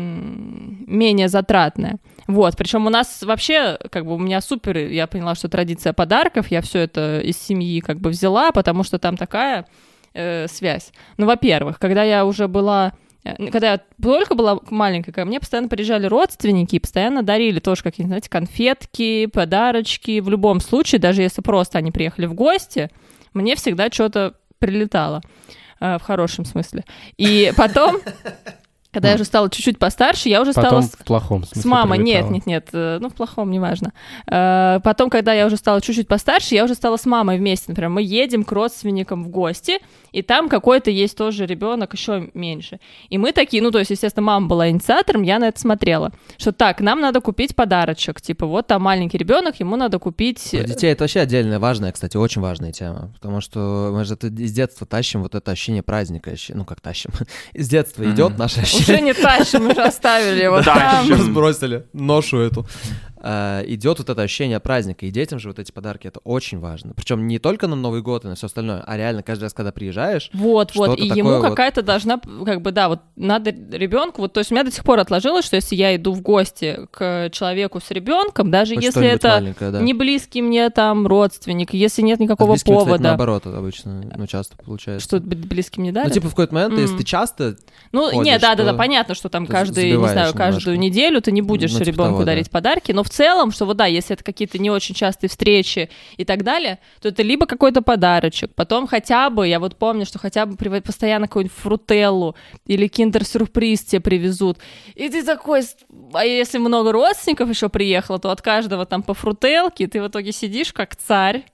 м, менее затратное. Вот, причем у нас вообще, как бы, у меня супер, я поняла, что традиция подарков, я все это из семьи, как бы, взяла, потому что там такая э, связь. Ну, во-первых, когда я уже была, э, когда я только была маленькая, ко мне постоянно приезжали родственники и постоянно дарили тоже какие-то, знаете, конфетки, подарочки. В любом случае, даже если просто они приехали в гости, мне всегда что-то прилетало, э, в хорошем смысле. И потом... Когда я уже стала чуть-чуть постарше, я уже Потом стала с, в плохом смысле с мамой. Нет, прилетало. нет, нет, э, ну в плохом, неважно. Э, Потом, когда я уже стала чуть-чуть постарше, я уже стала с мамой вместе. Например, мы едем к родственникам в гости, и там какой-то есть тоже ребенок еще меньше. И мы такие, ну то есть, естественно, мама была инициатором, я на это смотрела, что так, нам надо купить подарочек, типа вот там маленький ребенок, ему надо купить. Про детей это вообще отдельная, важная, кстати, очень важная тема, потому что мы же это из детства тащим вот это ощущение праздника, ощущение- ну как тащим, из детства идет Мгм. наше Уже ощущение. не тащим, мы же оставили его там. Тащим. Разбросили ношу эту. А, идет вот это ощущение праздника, и детям же вот эти подарки, это очень важно. Причем не только на Новый год и на все остальное, а реально каждый раз, когда приезжаешь, Вот, вот, Что-то и такое ему вот. какая-то должна, как бы, да, вот надо ребенку, вот, то есть у меня до сих пор отложилось, что если я иду в гости к человеку с ребенком, даже хоть если что-нибудь это маленькое, да. не близкий мне там родственник, если нет А с никакого близкими, кстати, повода, наоборот, обычно, ну, часто получается. что быть близким не Ну, дарят. типа, в какой-то момент, если Мгм. ты часто... Ну, ходишь, нет, да, да, да, то понятно, что там ты каждый, не забиваешь знаю, каждую немножко. неделю ты не будешь Ну, типа ребенку того, да. дарить подарки, но в целом, что вот да, если это какие-то не очень частые встречи и так далее, то это либо какой-то подарочек, потом хотя бы, я вот помню, что хотя бы прив- постоянно какую-нибудь фрутеллу или киндер-сюрприз тебе привезут, и ты такой, с- а если много родственников еще приехало, то от каждого там по фрутелке, и ты в итоге сидишь как царь,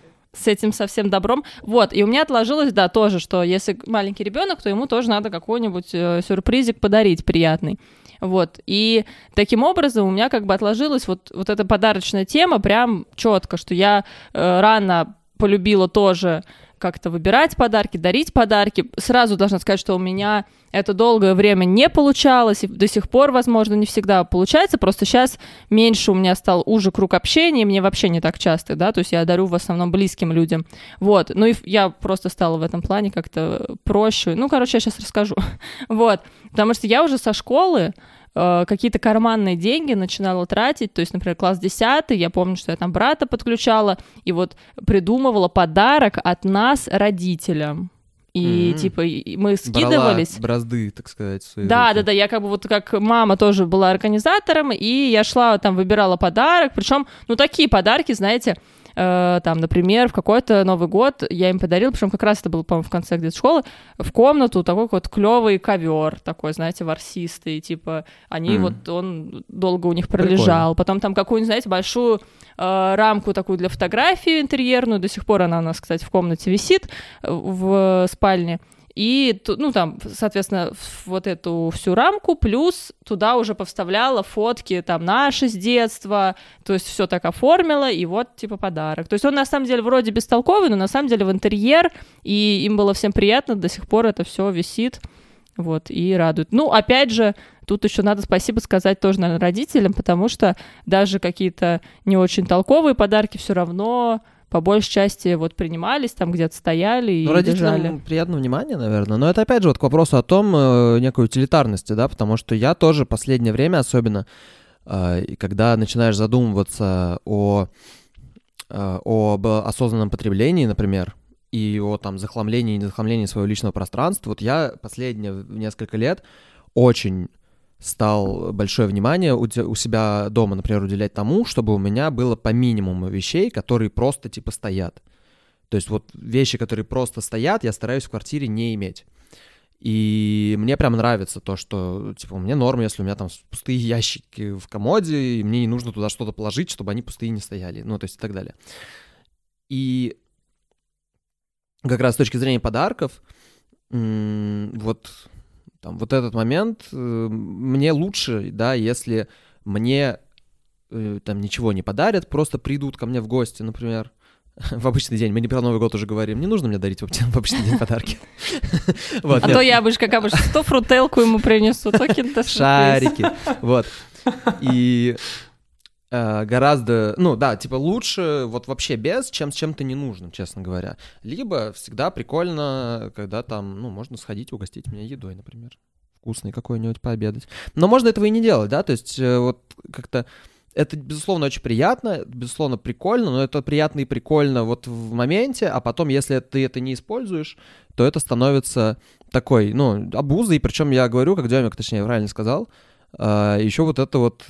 с этим совсем добром. Вот, и у меня отложилось, да, тоже, что если маленький ребенок, то ему тоже надо какой-нибудь э, сюрпризик подарить приятный. Вот, и таким образом у меня как бы отложилась вот, вот эта подарочная тема прям четко, что я э, рано полюбила тоже как-то выбирать подарки, дарить подарки. Сразу должна сказать, что у меня это долгое время не получалось, и до сих пор, возможно, не всегда получается, просто сейчас меньше у меня стал уже круг общения, и мне вообще не так часто, да, то есть я дарю в основном близким людям, вот, ну и я просто стала в этом плане как-то проще, ну, короче, я сейчас расскажу, вот, потому что я уже со школы какие-то карманные деньги начинала тратить, то есть, например, класс десятый, я помню, что я там брата подключала, и вот придумывала подарок от нас родителям. И, mm-hmm. типа, и мы скидывались. Брала бразды, так сказать, свои Да, руки. да, да, я как бы вот как мама тоже была организатором, и я шла там, выбирала подарок, причем, ну, такие подарки, знаете, э, там, например, в какой-то Новый год я им подарила, причем как раз это было, по-моему, в конце где-то школы, в комнату такой вот клевый ковер, такой, знаете, ворсистый, типа, они mm. вот, он долго у них пролежал, Прикольно. Потом там какую-нибудь, знаете, большую э, рамку такую для фотографии интерьерную, до сих пор она у нас, кстати, в комнате висит, в спальне. И, ну, там, соответственно, вот эту всю рамку, плюс туда уже повставляла фотки, там, наши с детства, то есть все так оформила, и вот, типа, подарок. То есть он, на самом деле, вроде бестолковый, но, на самом деле, в интерьер, и им было всем приятно, до сих пор это все висит, вот, и радует. Ну, опять же, тут еще надо спасибо сказать тоже, наверное, родителям, потому что даже какие-то не очень толковые подарки все равно... по большей части вот принимались, там где-то стояли и ну, родителям держали. приятно внимание, наверное, но это опять же вот к вопросу о том, э, некой утилитарности, да, потому что я тоже последнее время, особенно, э, когда начинаешь задумываться о, э, об осознанном потреблении, например, и о там захламлении и незахламлении своего личного пространства, вот я последние несколько лет очень... стал большое внимание у, у себя дома, например, уделять тому, чтобы у меня было по минимуму вещей, которые просто типа стоят. То есть вот вещи, которые просто стоят, я стараюсь в квартире не иметь. И мне прям нравится то, что типа у меня норм, если у меня там пустые ящики в комоде, и мне не нужно туда что-то положить, чтобы они пустые не стояли, ну то есть и так далее. И как раз с точки зрения подарков, м- вот... Там, вот этот момент, э, мне лучше, да, если мне э, там ничего не подарят, просто придут ко мне в гости, например, в обычный день. Мы не про Новый год уже говорим, не нужно мне дарить в обычный день подарки. А то я обычно, как обычно, сто фрутелку ему принесу, то киндер-сюрприз. Шарики, вот. И гораздо, ну да, типа лучше вот вообще без, чем с чем-то ненужным, честно говоря. Либо всегда прикольно, когда там, ну, можно сходить угостить меня едой, например, вкусной какой-нибудь пообедать. Но можно этого и не делать, да, то есть вот как-то это, безусловно, очень приятно, безусловно, прикольно, но это приятно и прикольно вот в моменте, а потом, если ты это не используешь, то это становится такой, ну, обузой, причем я говорю, как Демик, точнее, правильно сказал, еще вот это вот...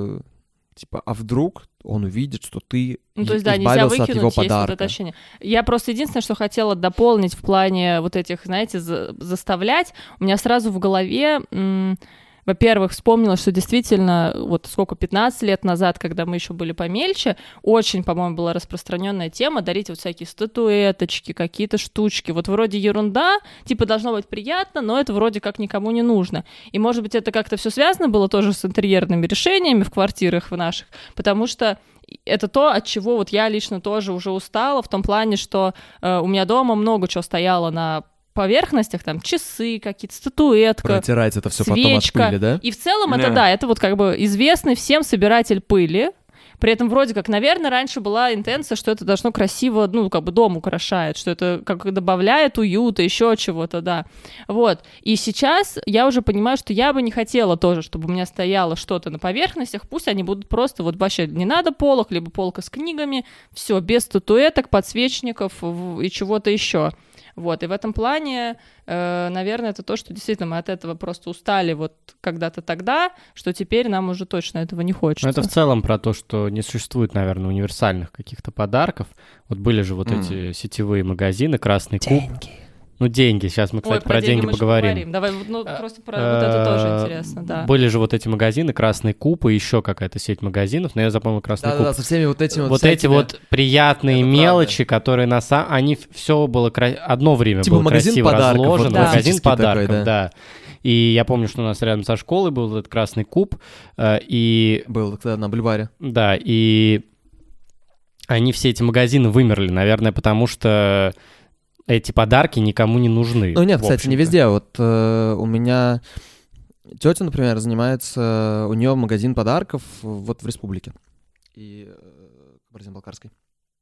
Типа, а вдруг он увидит, что ты ну, то есть, да, избавился от его подарка. Вот это я просто единственное, что хотела дополнить в плане вот этих, знаете, за- заставлять. У меня сразу в голове... М- Во-первых, вспомнила, что действительно, вот сколько, пятнадцать лет назад, когда мы еще были помельче, очень, по-моему, была распространенная тема дарить вот всякие статуэточки, какие-то штучки. Вот вроде ерунда, типа должно быть приятно, но это вроде как никому не нужно. И, может быть, это как-то все связано было тоже с интерьерными решениями в квартирах в наших, потому что это то, от чего вот я лично тоже уже устала, в том плане, что э, у меня дома много чего стояло на поверхностях, там, часы какие-то, статуэтка, протирать это все свечка. Потом от пыли, да? И в целом Да. это, да, это вот как бы известный всем собиратель пыли. При этом вроде как, наверное, раньше была интенция, что это должно красиво, ну, как бы дом украшает, что это как бы добавляет уюта, еще чего-то, да. Вот. И сейчас я уже понимаю, что я бы не хотела тоже, чтобы у меня стояло что-то на поверхностях, пусть они будут просто вот вообще не надо полок, либо полка с книгами, все, без статуэток, подсвечников и чего-то еще. Вот, и в этом плане, э, наверное, это то, что действительно мы от этого просто устали вот когда-то тогда, что теперь нам уже точно этого не хочется. Ну, это в целом про то, что не существует, наверное, универсальных каких-то подарков. Вот были же вот mm. эти сетевые магазины, Красный деньги. Куб. Ну, деньги. Сейчас мы, кстати, Ой, про, про деньги, деньги поговорим. поговорим. Давай, ну, просто про вот это тоже интересно, да. Были же вот эти магазины, Красный Куб и еще какая-то сеть магазинов, но я запомнил Красный Куб. Да-да-да, со всеми вот этими вот Вот эти вот приятные Это мелочи, которые на самом... Они все было... Кра... Одно время типа было магазин красиво подарков, разложено. вот, да. Магазин подарков, такой, да. да. И я помню, что у нас рядом со школой был этот Красный Куб, и... Был тогда на бульваре. Да, и... они все эти магазины вымерли, наверное, потому что эти подарки никому не нужны. Ну нет, кстати, не везде. Вот э, у меня тетя, например, занимается, у нее магазин подарков вот в республике, и э, Кабардино-Балкарской.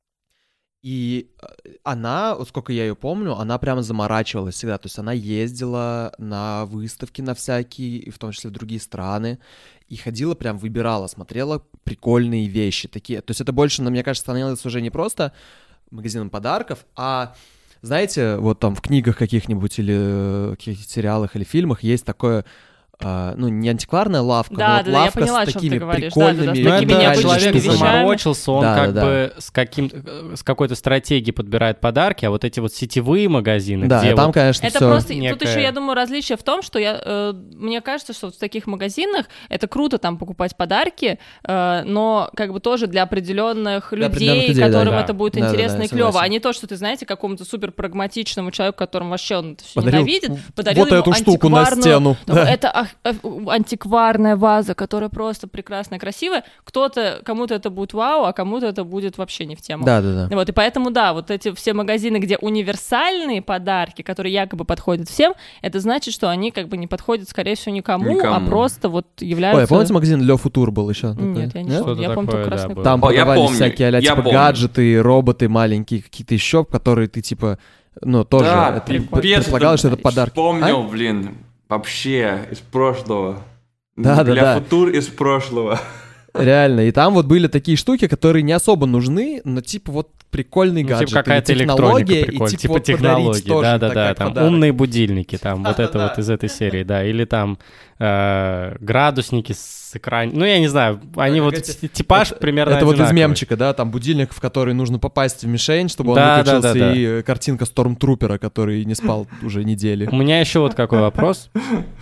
И она, вот сколько я ее помню, она прямо заморачивалась всегда. То есть она ездила на выставки на всякие, и в том числе в другие страны, и ходила прям, выбирала, смотрела прикольные вещи такие. То есть это больше, мне кажется, становилось уже не просто магазином подарков, а, знаете, вот там в книгах каких-нибудь или каких-то сериалах или фильмах есть такое... Uh, ну, не антикварная лавка, да, но вот да, лавка я поняла, с такими прикольными, прикольными... да, да, да, с такими это человек вещами. заморочился, он да, как да, бы да. С, каким, с какой-то стратегией подбирает подарки, а вот эти вот сетевые магазины, да, где там, вот... конечно, это всё... просто, некая... тут еще, я думаю, различие в том, что я, э, мне кажется, что в таких магазинах это круто там покупать подарки, э, но как бы тоже для определенных Для людей, определенных людей, которым да. это будет Да, да, интересно да, и клево, согласен. а не то, что ты, знаете, какому-то супер прагматичному человеку, которому вообще он это все Подарил ненавидит, подарил вот ему эту штуку на антикварную- стену. Ну, Да. это а- а- антикварная ваза, которая просто прекрасная, красивая. Кто-то, кому-то это будет вау, а кому-то это будет вообще не в тему. Да, да, да. Вот, и поэтому, да, вот эти все магазины, где универсальные подарки, которые якобы подходят всем, это значит, что они как бы не подходят, скорее всего, никому, Никому. а просто вот являются... Ой, помните магазин Ле Футур был еще? Нет, я не Что-то помню, я помню такое, только да, красный было. Там О, я продавались помню, всякие а-ля я типа помню. гаджеты, роботы маленькие, какие-то еще, которые ты типа, ну, тоже Да, это прикольно. предполагалось, что это подарки. Вспомнил, А? блин, вообще из прошлого. Да, да, Для да. футур из прошлого. Реально, и там вот были такие штуки, которые не особо нужны, но типа вот прикольный Ну, гаджет, типа какая-то или электроника технология, прикольная, и типа, вот подарить технологии, тоже, да-да-да, так, как там подарок. умные будильники, там вот это Да-да-да. вот из этой серии, да, или там э, градусники с экраном, ну я не знаю, они Да, вот эти- типаж это, примерно Это вот из одинаковый. мемчика, да, там будильник, в который нужно попасть в мишень, чтобы он Да, да, выключился, да, да. и э, картинка Стормтрупера, который не спал уже недели. У меня еще вот какой вопрос.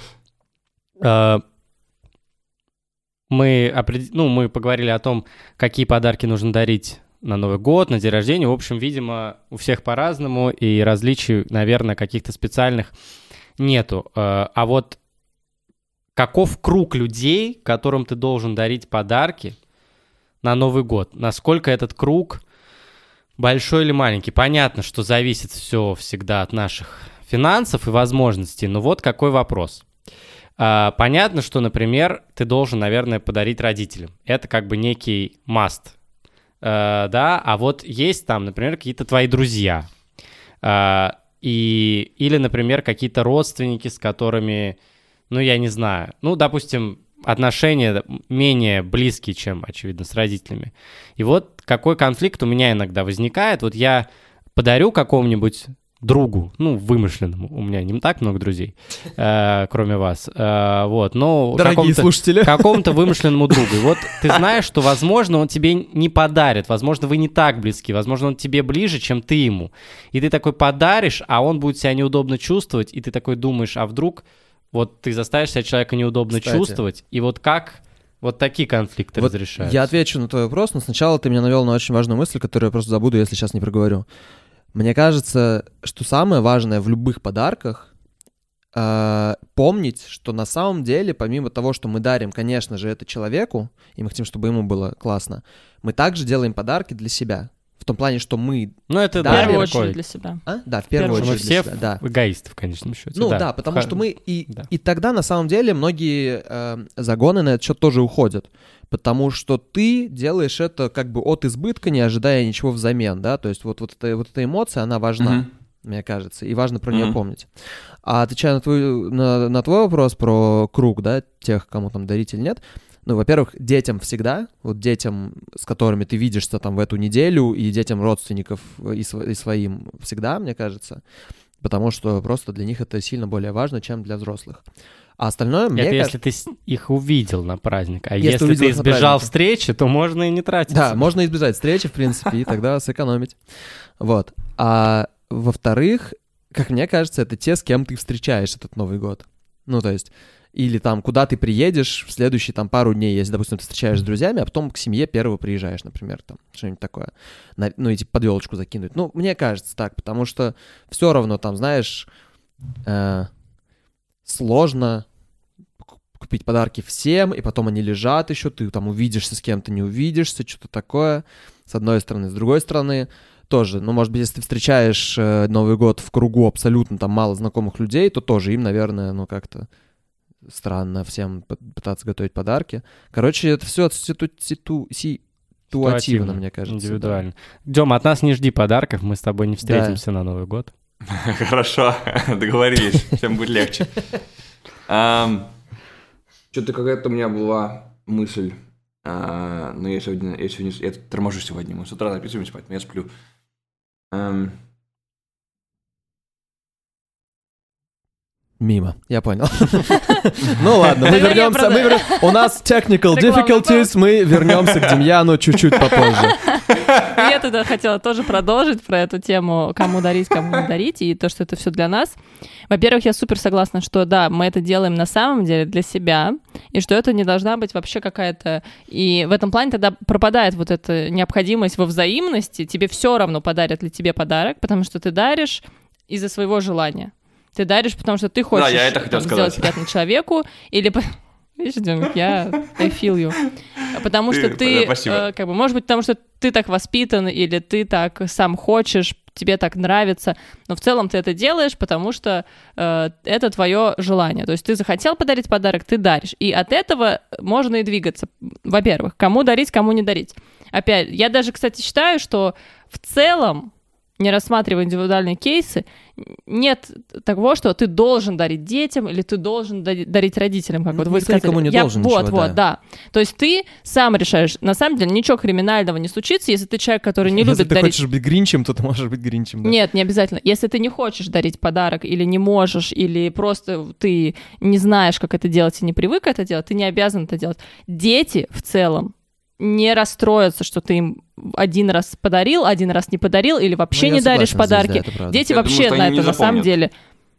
Э, Мы, опред- ну, мы поговорили о том, какие подарки нужно дарить на Новый год, на день рождения. В общем, видимо, у всех по-разному, и различий, наверное, каких-то специальных нету. Э, А вот каков круг людей, которым ты должен дарить подарки на Новый год? Насколько этот круг большой или маленький? Понятно, что зависит все всегда от наших финансов и возможностей, но вот какой вопрос. А, Понятно, что, например, ты должен, наверное, подарить родителям. Это как бы некий must. А, Да, а вот есть там, например, какие-то твои друзья. А, И, или, например, какие-то родственники, с которыми, ну, я не знаю, ну, допустим, отношения менее близкие, чем, очевидно, с родителями. И вот какой конфликт у меня иногда возникает. Вот я подарю какому-нибудь другу, ну, вымышленному, у меня не так много друзей, э, кроме вас, э, вот, но Дорогие какому-то, слушатели. какому-то вымышленному другу. И вот ты знаешь, что, возможно, он тебе не подарит, возможно, вы не так близки, возможно, он тебе ближе, чем ты ему. И ты такой подаришь, а он будет себя неудобно чувствовать, и ты такой думаешь, а вдруг вот ты заставишь себя человека неудобно Кстати. чувствовать, и вот как вот такие конфликты Вот разрешаются? я отвечу на твой вопрос, но сначала ты меня навел на очень важную мысль, которую я просто забуду, если сейчас не проговорю. Мне кажется, что самое важное в любых подарках э, помнить, что на самом деле, помимо того, что мы дарим, конечно же, это человеку, и мы хотим, чтобы ему было классно, мы также делаем подарки для себя. В том плане, что мы... Ну, это В Да, да, первую такой- очередь для себя. А? Да, в первую Мы очередь все для себя, да. эгоисты в конечном счете. Ну да, потому Ха- что мы... И, да. и тогда, на самом деле, многие э, загоны на этот счет тоже уходят. Потому что ты делаешь это как бы от избытка, не ожидая ничего взамен, да? То есть вот, вот, эта, вот эта эмоция, она важна, Мгм. мне кажется, и важно про нее Мгм. помнить. А отвечая на твой, на, на твой вопрос про круг, да, тех, кому там дарить или нет, ну, во-первых, детям всегда, вот детям, с которыми ты видишься там в эту неделю, и детям родственников и, св- и своим всегда, мне кажется, потому что просто для них это сильно более важно, чем для взрослых. А остальное, мне Это кажется... если ты с- их увидел на праздник. А Если если, увидел ты их на избежал празднике. встречи, то можно и не тратиться. Да, можно избежать встречи, в принципе, и тогда сэкономить. Вот. А во-вторых, как мне кажется, это те, с кем ты встречаешь этот Новый год. Ну, то есть, или там, куда ты приедешь в следующие там пару дней, если, допустим, ты встречаешь с друзьями, а потом к семье первого приезжаешь, например, там, что-нибудь такое. На- ну, и типа под елочку закинуть. Ну, мне кажется так, потому что все равно там, знаешь, э, сложно, к- купить подарки всем, и потом они лежат еще, ты там увидишься с кем-то, не увидишься, что-то такое, с одной стороны. С другой стороны, тоже, ну, может быть, если ты встречаешь э, Новый год в кругу абсолютно там мало знакомых людей, то тоже им, наверное, ну, как-то странно всем пытаться готовить подарки. Короче, это все ситу- ситу- ситуативно, мне кажется. Индивидуально. Да. Дёма, от нас не жди подарков, мы с тобой не встретимся да. на Новый год. Хорошо, договорились, всем будет легче. Что-то какая-то у меня была мысль, но я сегодня, я сегодня, я торможу сегодня, мы с утра записываемся, поэтому я сплю. Мимо, я понял. Ну ладно, мы вернемся. У нас technical difficulties, мы вернемся к Демьяну чуть-чуть попозже. Я тогда хотела тоже продолжить про эту тему, кому дарить, кому не дарить, и то, что это все для нас. Во-первых, я супер согласна, что да, мы это делаем на самом деле для себя, и что это не должна быть вообще какая-то... И в этом плане тогда пропадает вот эта необходимость во взаимности, тебе все равно, подарят ли тебе подарок, потому что ты даришь из-за своего желания. Ты даришь, потому что ты хочешь да, я это хотел там, сделать приятно человеку, или... Видишь, Демик, я I feel you. Потому что ты, э, как бы, может быть, потому что ты так воспитан, или ты так сам хочешь, тебе так нравится, но в целом ты это делаешь, потому что э, это твое желание. То есть ты захотел подарить подарок, ты даришь. И от этого можно и двигаться. Во-первых, кому дарить, кому не дарить. Опять, я даже, кстати, считаю, что в целом, не рассматривая индивидуальные кейсы, нет того, что ты должен дарить детям или ты должен дарить родителям, как ну, вот вы сказали. Никому не Я, должен вот, ничего, вот, да. да. То есть ты сам решаешь. На самом деле ничего криминального не случится, если ты человек, который не если любит дарить... дарить... Если ты хочешь быть гринчем, то ты можешь быть гринчем, да? Нет, не обязательно. Если ты не хочешь дарить подарок или не можешь, или просто ты не знаешь, как это делать и не привык это делать, ты не обязан это делать. Дети в целом не расстроятся, что ты им один раз подарил, один раз не подарил, или вообще ну, не даришь подарки. Здесь, да, Дети я вообще думаю, на это на самом деле...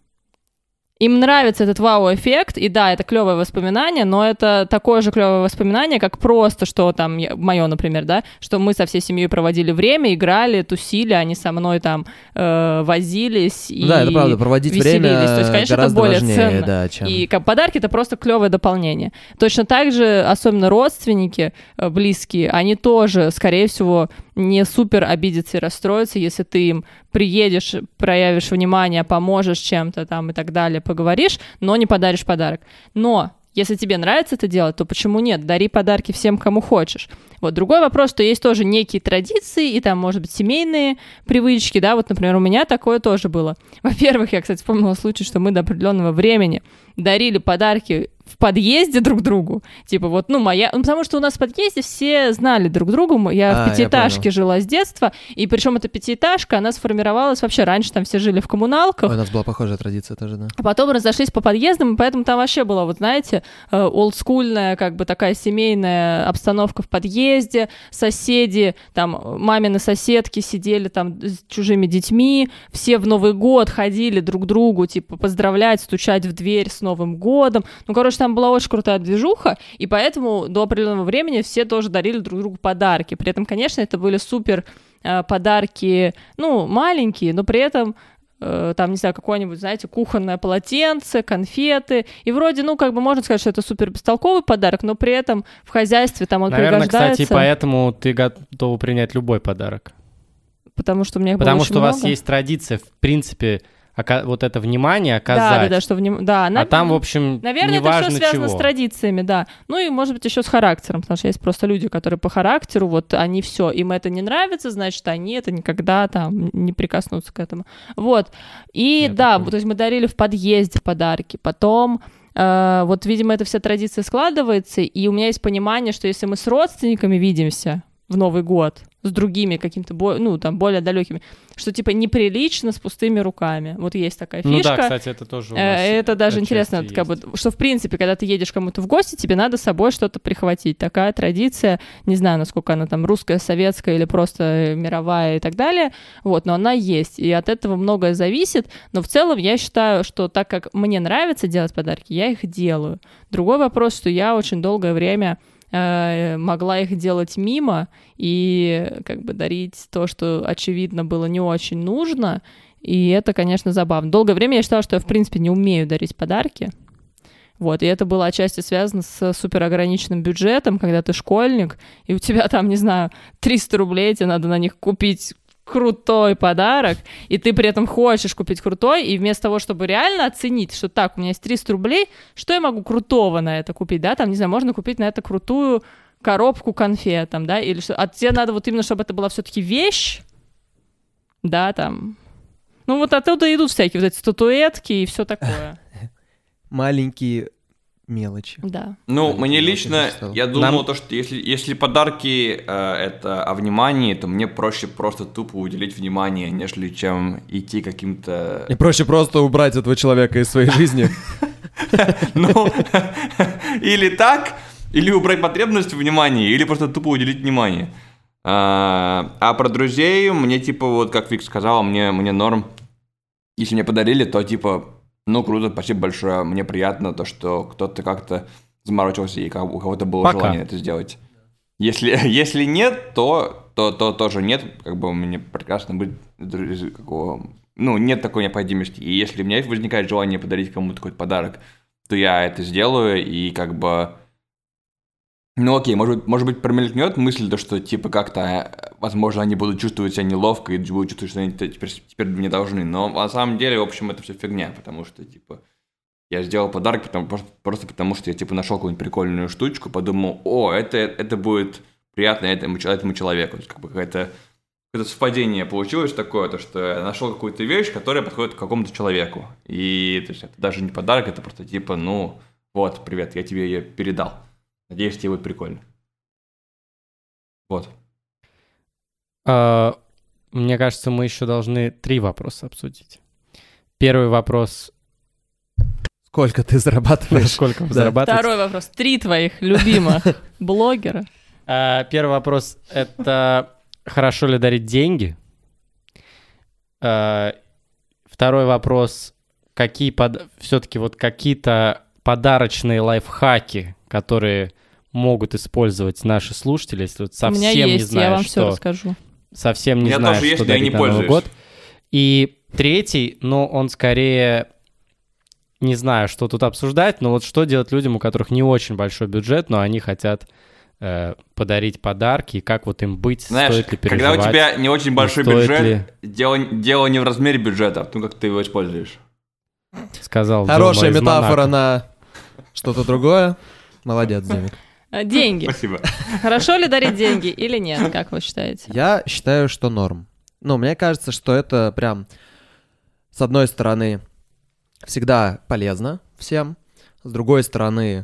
Им нравится этот вау-эффект, и да, это клевое воспоминание, но это такое же клевое воспоминание, как просто, что там, мое, например, да, что мы со всей семьей проводили время, играли, тусили, они со мной там э, возились и да, это правда, проводить веселились. время То есть, конечно, гораздо это более важнее, ценно. Да, чем... И как подарки — это просто клевое дополнение. Точно так же, особенно родственники э, близкие, они тоже, скорее всего, не супер обидятся и расстроятся, если ты им приедешь, проявишь внимание, поможешь чем-то там и так далее, поговоришь, но не подаришь подарок. Но если тебе нравится это делать, то почему нет? Дари подарки всем, кому хочешь. Вот другой вопрос, что есть тоже некие традиции и там, может быть, семейные привычки, да, вот, например, у меня такое тоже было. Во-первых, я, кстати, вспомнила случай, что мы до определенного времени дарили подарки в подъезде друг другу. Типа вот, ну, моя... Ну, потому что у нас в подъезде все знали друг друга. Я а, в пятиэтажке я жила с детства, и причем эта пятиэтажка, она сформировалась вообще раньше, там все жили в коммуналках. Ой, у нас была похожая традиция тоже, да. А потом разошлись по подъездам, и поэтому там вообще была, вот знаете, олдскульная, как бы такая семейная обстановка в подъезде, соседи, там, мамины соседки сидели там с чужими детьми, все в Новый год ходили друг другу, типа, поздравлять, стучать в дверь с Новым годом. Ну, короче, там была очень крутая движуха, и поэтому до определенного времени все тоже дарили друг другу подарки. При этом, конечно, это были супер э, подарки, ну, маленькие, но при этом э, там, не знаю, какое-нибудь, знаете, кухонное полотенце, конфеты, и вроде, ну, как бы можно сказать, что это супер бестолковый подарок, но при этом в хозяйстве там он Наверное, пригождается. Кстати, поэтому ты готова принять любой подарок. Потому что у меня их Потому было что очень у вас много. Есть традиция, в принципе, вот это внимание оказать. Да, да, да, что вним... да, а на... там, в общем, наверное, неважно это все связано чего. с традициями, да. Ну и, может быть, еще с характером, потому что есть просто люди, которые по характеру, вот они все, им это не нравится, значит, они это никогда там не прикоснутся к этому. Вот. И Я да, такой. то есть мы дарили в подъезде подарки, потом... Э, вот, видимо, эта вся традиция складывается, и у меня есть понимание, что если мы с родственниками видимся в Новый год, с другими какими-то, ну, там, более далекими, что, типа, неприлично с пустыми руками. Вот есть такая фишка. Ну да, кстати, это тоже у нас Это даже интересно, как бы, что, в принципе, когда ты едешь кому-то в гости, тебе надо с собой что-то прихватить. Такая традиция, не знаю, насколько она там русская, советская или просто мировая и так далее, вот, но она есть, и от этого многое зависит, но в целом я считаю, что так как мне нравится делать подарки, я их делаю. Другой вопрос, что я очень долгое время могла их делать мимо и как бы дарить то, что, очевидно, было не очень нужно, и это, конечно, забавно. Долгое время я считала, что я, в принципе, не умею дарить подарки, Вот, и это было отчасти связано с суперограниченным бюджетом, когда ты школьник, и у тебя там, не знаю, триста рублей, тебе надо на них купить крутой подарок, и ты при этом хочешь купить крутой, и вместо того, чтобы реально оценить, что так, у меня есть триста рублей, что я могу крутого на это купить, да, там, не знаю, можно купить на это крутую коробку конфет, там, да, или что, а тебе надо вот именно, чтобы это была все-таки вещь, да, там, ну вот оттуда идут всякие вот эти статуэтки и все такое. Маленькие мелочи. Да. Ну, Маленькие мне мелочи лично, написал. я думал, Нам- то, что если, если подарки э, это о внимании, то мне проще просто тупо уделить внимание, нежели чем идти каким-то... И проще просто убрать этого человека из своей жизни. Ну, или так, или убрать потребность в внимании, или просто тупо уделить внимание. А, а про друзей мне, типа, вот как Вик сказала, мне, мне норм. Если мне подарили, то, типа, ну, круто, спасибо большое. Мне приятно то, что кто-то как-то заморочился, и как- у кого-то было Пока. желание это сделать. Если, если нет, то, то, то тоже нет. Как бы мне прекрасно быть друз- какого... Ну, нет такой необходимости. И если у меня возникает желание подарить кому-то какой-то подарок, то я это сделаю, и как бы... Ну окей, может быть, может быть, промелькнет мысль, то, что типа как-то, э, возможно, они будут чувствовать себя неловко и будут чувствовать, что они т- теперь, теперь мне должны. Но на самом деле, в общем, это все фигня, потому что, типа, я сделал подарок потому, просто, просто потому, что я, типа, нашел какую-нибудь прикольную штучку, подумал, о, это, это будет приятно этому, чел- этому человеку. То есть, как бы какое-то, какое-то совпадение получилось такое, то, что я нашел какую-то вещь, которая подходит к какому-то человеку. И, то есть, это даже не подарок, это просто, типа, ну, вот, привет, я тебе ее передал. Надеюсь, тебе будет прикольно. Вот. А, Мне кажется, мы еще должны три вопроса обсудить. Первый вопрос. Сколько ты зарабатываешь? Сколько вы Да. зарабатываете? Второй вопрос. Три твоих любимых блогера. А, Первый вопрос — это хорошо ли дарить деньги? А, Второй вопрос — какие под... все-таки вот какие-то подарочные лайфхаки, которые могут использовать наши слушатели, если вот У совсем меня не есть, я вам знаешь, все что... расскажу. совсем У не меня знаешь, тоже есть, что но я дарить не на Новый пользуюсь. год. И третий, но он скорее, не знаю, что тут обсуждать, но вот что делать людям, у которых не очень большой бюджет, но они хотят э, подарить подарки, и как вот им быть, Знаешь, стоит ли когда переживать. у тебя не очень большой стоит бюджет, ли- дело, дело не в размере бюджета, а в том, как ты его используешь. Сказал Джо Хорошая из метафора Монако. на что-то другое. Молодец, Демик. А, Деньги. Спасибо. Хорошо ли дарить деньги или нет, как вы считаете? Я считаю, что норм. Ну, мне кажется, что это прям, с одной стороны, всегда полезно всем, с другой стороны,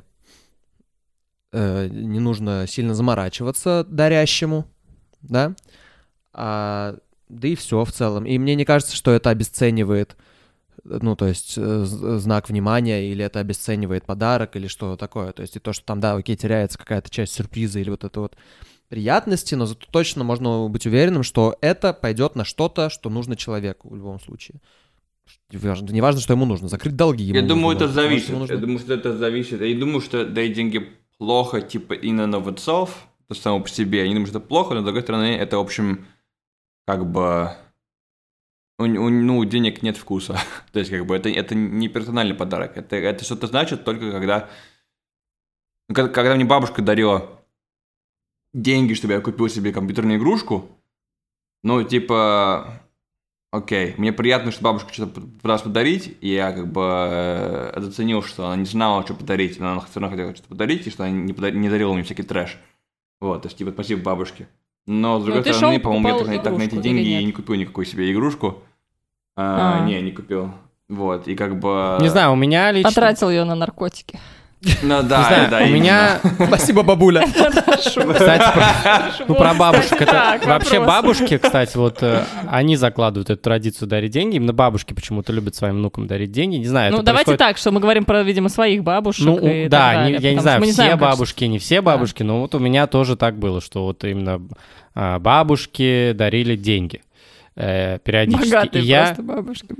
э, не нужно сильно заморачиваться дарящему, да, а, да и все в целом. И мне не кажется, что это обесценивает, ну, то есть э, з- знак внимания, или это обесценивает подарок, или что такое. То есть и то, что там, да, окей, теряется какая-то часть сюрприза, или вот это вот приятности, но зато точно можно быть уверенным, что это пойдет на что-то, что нужно человеку в любом случае. Неважно, неважно, что ему нужно. Закрыть долги ему Я думаю, нужно, это может, зависит. ему нужно- Я думаю, что это зависит. Я не думаю, что дать деньги плохо, типа, in and of itself, то само по себе. Я не думаю, что это плохо, но, с другой стороны, это, в общем, как бы... У, у- ну, у денег нет вкуса. То есть, как бы, это, это не персональный подарок. Это, это что-то значит только когда... ну, Когда, когда мне бабушка дарила деньги, чтобы я купил себе компьютерную игрушку, ну, типа... Окей, мне приятно, что бабушка что-то пыталась подарить, и я как бы э, заценил, что она не знала, что подарить, но она все равно хотела что-то подарить, и что она не, подар- не дарила мне всякий трэш. Вот, то есть, типа, спасибо бабушке. Но, с другой ты стороны, шел, по-моему, я покупал так, так на эти игрушку деньги или нет? и не купил никакую себе игрушку. А, А. Не, не купил. Вот, и как бы... Не знаю, у меня лично... Потратил ее на наркотики. Ну да, Не знаю, да, у именно. меня... Спасибо, бабуля. Кстати, про- ну, про бабушек. Это Так, вообще вопрос. бабушки, кстати, вот э, они закладывают эту традицию дарить деньги. Именно бабушки почему-то любят своим внукам дарить деньги. Не знаю, Ну, это давайте происходит- так, что мы говорим про, видимо, своих бабушек Ну, и у- да, так не- далее, я не потому знаю, что мы все знаем, как- бабушки, не все бабушки, но вот у меня тоже так было, что вот именно а, бабушки дарили деньги э, периодически. Богатые И я... просто бабушки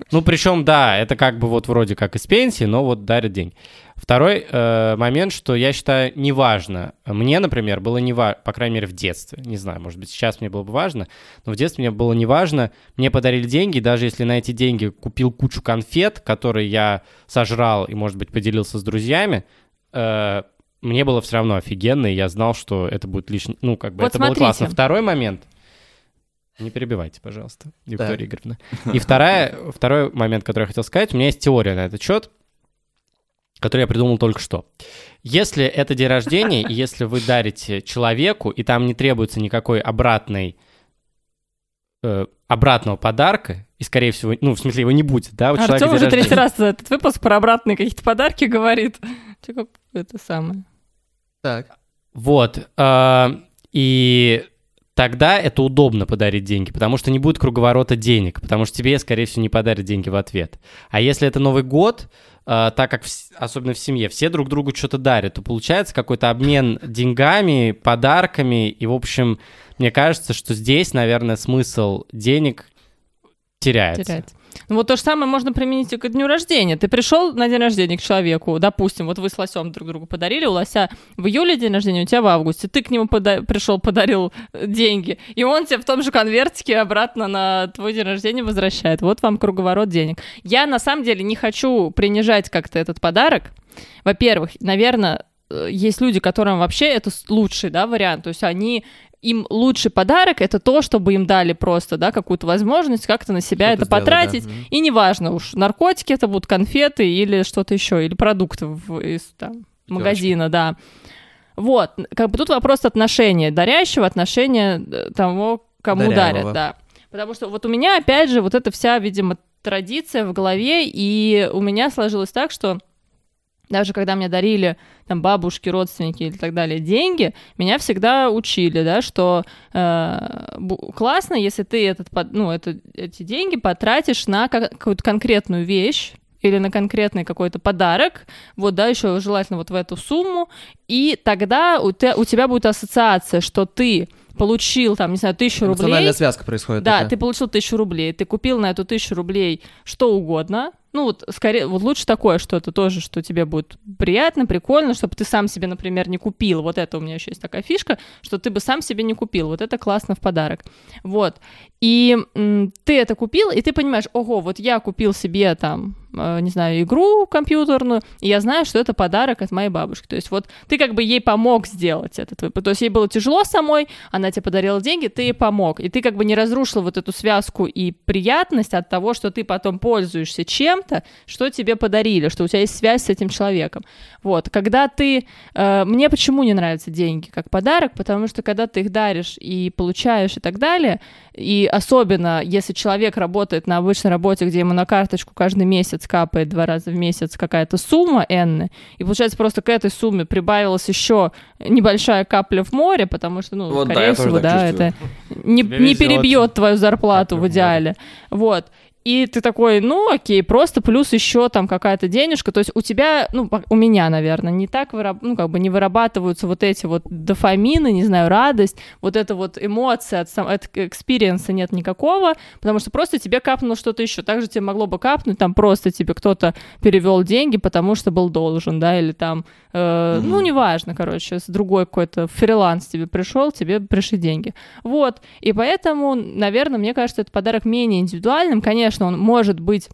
Ну, причем, да, это как бы вот вроде как из пенсии, но вот дарят деньги. Второй э, момент, что я считаю неважно. Мне, например, было неважно, по крайней мере, в детстве. Не знаю, может быть, сейчас мне было бы важно, но в детстве мне было неважно. Мне подарили деньги, даже если на эти деньги купил кучу конфет, которые я сожрал и, может быть, поделился с друзьями, э, мне было все равно офигенно, и я знал, что это будет лишний... Ну, как бы Вот это смотрите. было классно. Второй момент... Не перебивайте, пожалуйста, Виктория Игоревна. И вторая, второй момент, который я хотел сказать, у меня есть теория на этот счет, которую я придумал только что. Если это день рождения, и если вы дарите человеку, и там не требуется никакой обратной, э, обратного подарка, и, скорее всего, ну, в смысле, его не будет, да, у человека Артём день уже рождения. третий раз за этот выпуск про обратные какие-то подарки говорит. Что как это самое? Так. Вот. э, И тогда это удобно подарить деньги, потому что не будет круговорота денег, потому что тебе, скорее всего, не подарят деньги в ответ. А если это Новый год, э, так как, в, особенно в семье, все друг другу что-то дарят, то получается какой-то обмен деньгами, подарками, и, в общем, мне кажется, что здесь, наверное, смысл денег теряется. Теряется. Ну вот то же самое можно применить и к дню рождения. Ты пришел на день рождения к человеку, допустим, вот вы с Лосем друг другу подарили, у Лося в июле день рождения, у тебя в августе, ты к нему пода- пришел, подарил деньги, и он тебе в том же конвертике обратно на твой день рождения возвращает. Вот вам круговорот денег. Я на самом деле не хочу принижать как-то этот подарок. Во-первых, наверное, есть люди, которым вообще это лучший, да, вариант, то есть они... Им лучший подарок — это то, чтобы им дали просто, да, какую-то возможность как-то на себя Что-то это сделать, потратить. да. И неважно уж, наркотики это будут, конфеты или что-то еще, или продукты в- из там, магазина, да. Вот, как бы тут вопрос отношения дарящего, отношения э, того, кому Даряемого. дарят, да. Потому что вот у меня, опять же, вот эта вся, видимо, традиция в голове, и у меня сложилось так, что даже когда мне дарили там бабушки, родственники и так далее деньги, меня всегда учили, да, что э, бу- классно, если ты этот, под- ну, это, эти деньги потратишь на как- какую-то конкретную вещь или на конкретный какой-то подарок, вот, да, еще желательно вот в эту сумму, и тогда у, те- у тебя будет ассоциация, что ты получил, там, не знаю, тысячу рублей. Эмоциональная связка происходит. Да, такая. ты получил тысячу рублей, ты купил на эту тысячу рублей что угодно. Ну, вот скорее, вот лучше такое что-то тоже, что тебе будет приятно, прикольно, чтобы ты сам себе, например, не купил. Вот это у меня еще есть такая фишка, что ты бы сам себе не купил. Вот это классно в подарок. Вот. И м, ты это купил, и ты понимаешь, ого, вот я купил себе там, э, не знаю, игру компьютерную, и я знаю, что это подарок от моей бабушки. То есть вот ты как бы ей помог сделать этот выбор. То есть ей было тяжело самой, она тебе подарила деньги, ты ей помог. И ты как бы не разрушил вот эту связку и приятность от того, что ты потом пользуешься чем-то, что тебе подарили, что у тебя есть связь с этим человеком. Вот. Когда ты... Э, мне почему не нравятся деньги как подарок? Потому что когда ты их даришь и получаешь и так далее, и особенно если человек работает на обычной работе, где ему на карточку каждый месяц капает два раза в месяц какая-то сумма энная, и получается просто к этой сумме прибавилась еще небольшая капля в море, потому что, ну, Вот да, скорее я тоже всего, так да, чувствую. это не, Тебе не везет. перебьет твою зарплату Капля в в идеале. Вот. И ты такой, ну, окей, просто плюс еще там какая-то денежка. То есть у тебя, ну, по- у меня, наверное, не так, выраб- ну, как бы не вырабатываются вот эти вот дофамины, не знаю, радость, вот эта вот эмоция от, сам- от экспириенса нет никакого, потому что просто тебе капнуло что-то еще. Также тебе могло бы капнуть, там просто тебе кто-то перевел деньги, потому что был должен, да, или там, э, ну, неважно, короче, с другой какой-то фриланс тебе пришел, тебе пришли деньги. Вот, и поэтому, наверное, мне кажется, этот подарок менее индивидуальным. Конечно, он может быть,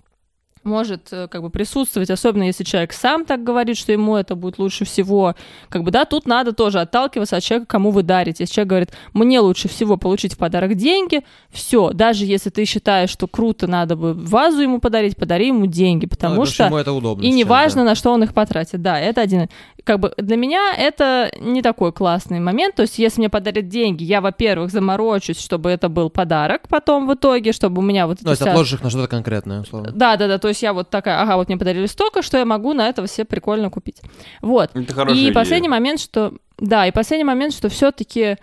может э, как бы присутствовать, особенно если человек сам так говорит, что ему это будет лучше всего. Как бы, да, тут надо тоже отталкиваться от человека, кому вы дарите. Если человек говорит, мне лучше всего получить в подарок деньги, все, даже если ты считаешь, что круто, надо бы вазу ему подарить, подари ему деньги, потому Ну, что... ему это удобно И сейчас, неважно, да. на что он их потратит. Да, это один. Как бы для меня это не такой классный момент. То есть, если мне подарят деньги, я, во-первых, заморочусь, чтобы это был подарок потом в итоге, чтобы у меня вот Ну, эта если вся- отложишь их на что-то конкретное, условно. Да, да, да. То есть я вот такая, ага, вот мне подарили столько, что я могу на это все прикольно купить. Вот. Это хорошая И идея. последний момент, что... Да, и последний момент, что все-таки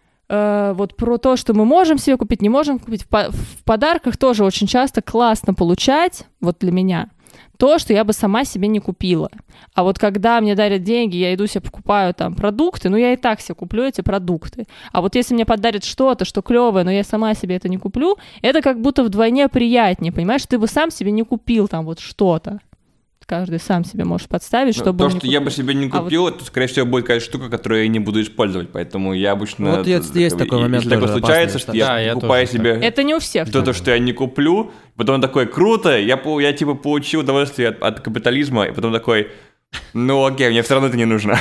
э, вот про то, что мы можем себе купить, не можем купить, в, по- в подарках тоже очень часто классно получать, вот для меня, то, что я бы сама себе не купила. А вот когда мне дарят деньги, я иду себе покупаю там продукты, ну я и так себе куплю эти продукты. А вот если мне подарят что-то, что клевое, но я сама себе это не куплю, это как будто вдвойне приятнее, понимаешь? Ты бы сам себе не купил там вот что-то. Каждый сам себе может подставить, чтобы... То, что купил. Я бы себе не купил, а вот... это, скорее всего, будет какая-то штука, которую я не буду использовать, поэтому я обычно... Вот есть, есть такой момент. Если такое случается, что я да, покупаю я себе... Это не у всех. Что-то, что я не куплю, потом такой, круто, я, я типа получил удовольствие от, от капитализма, и потом такой, ну окей, мне все равно это не нужно.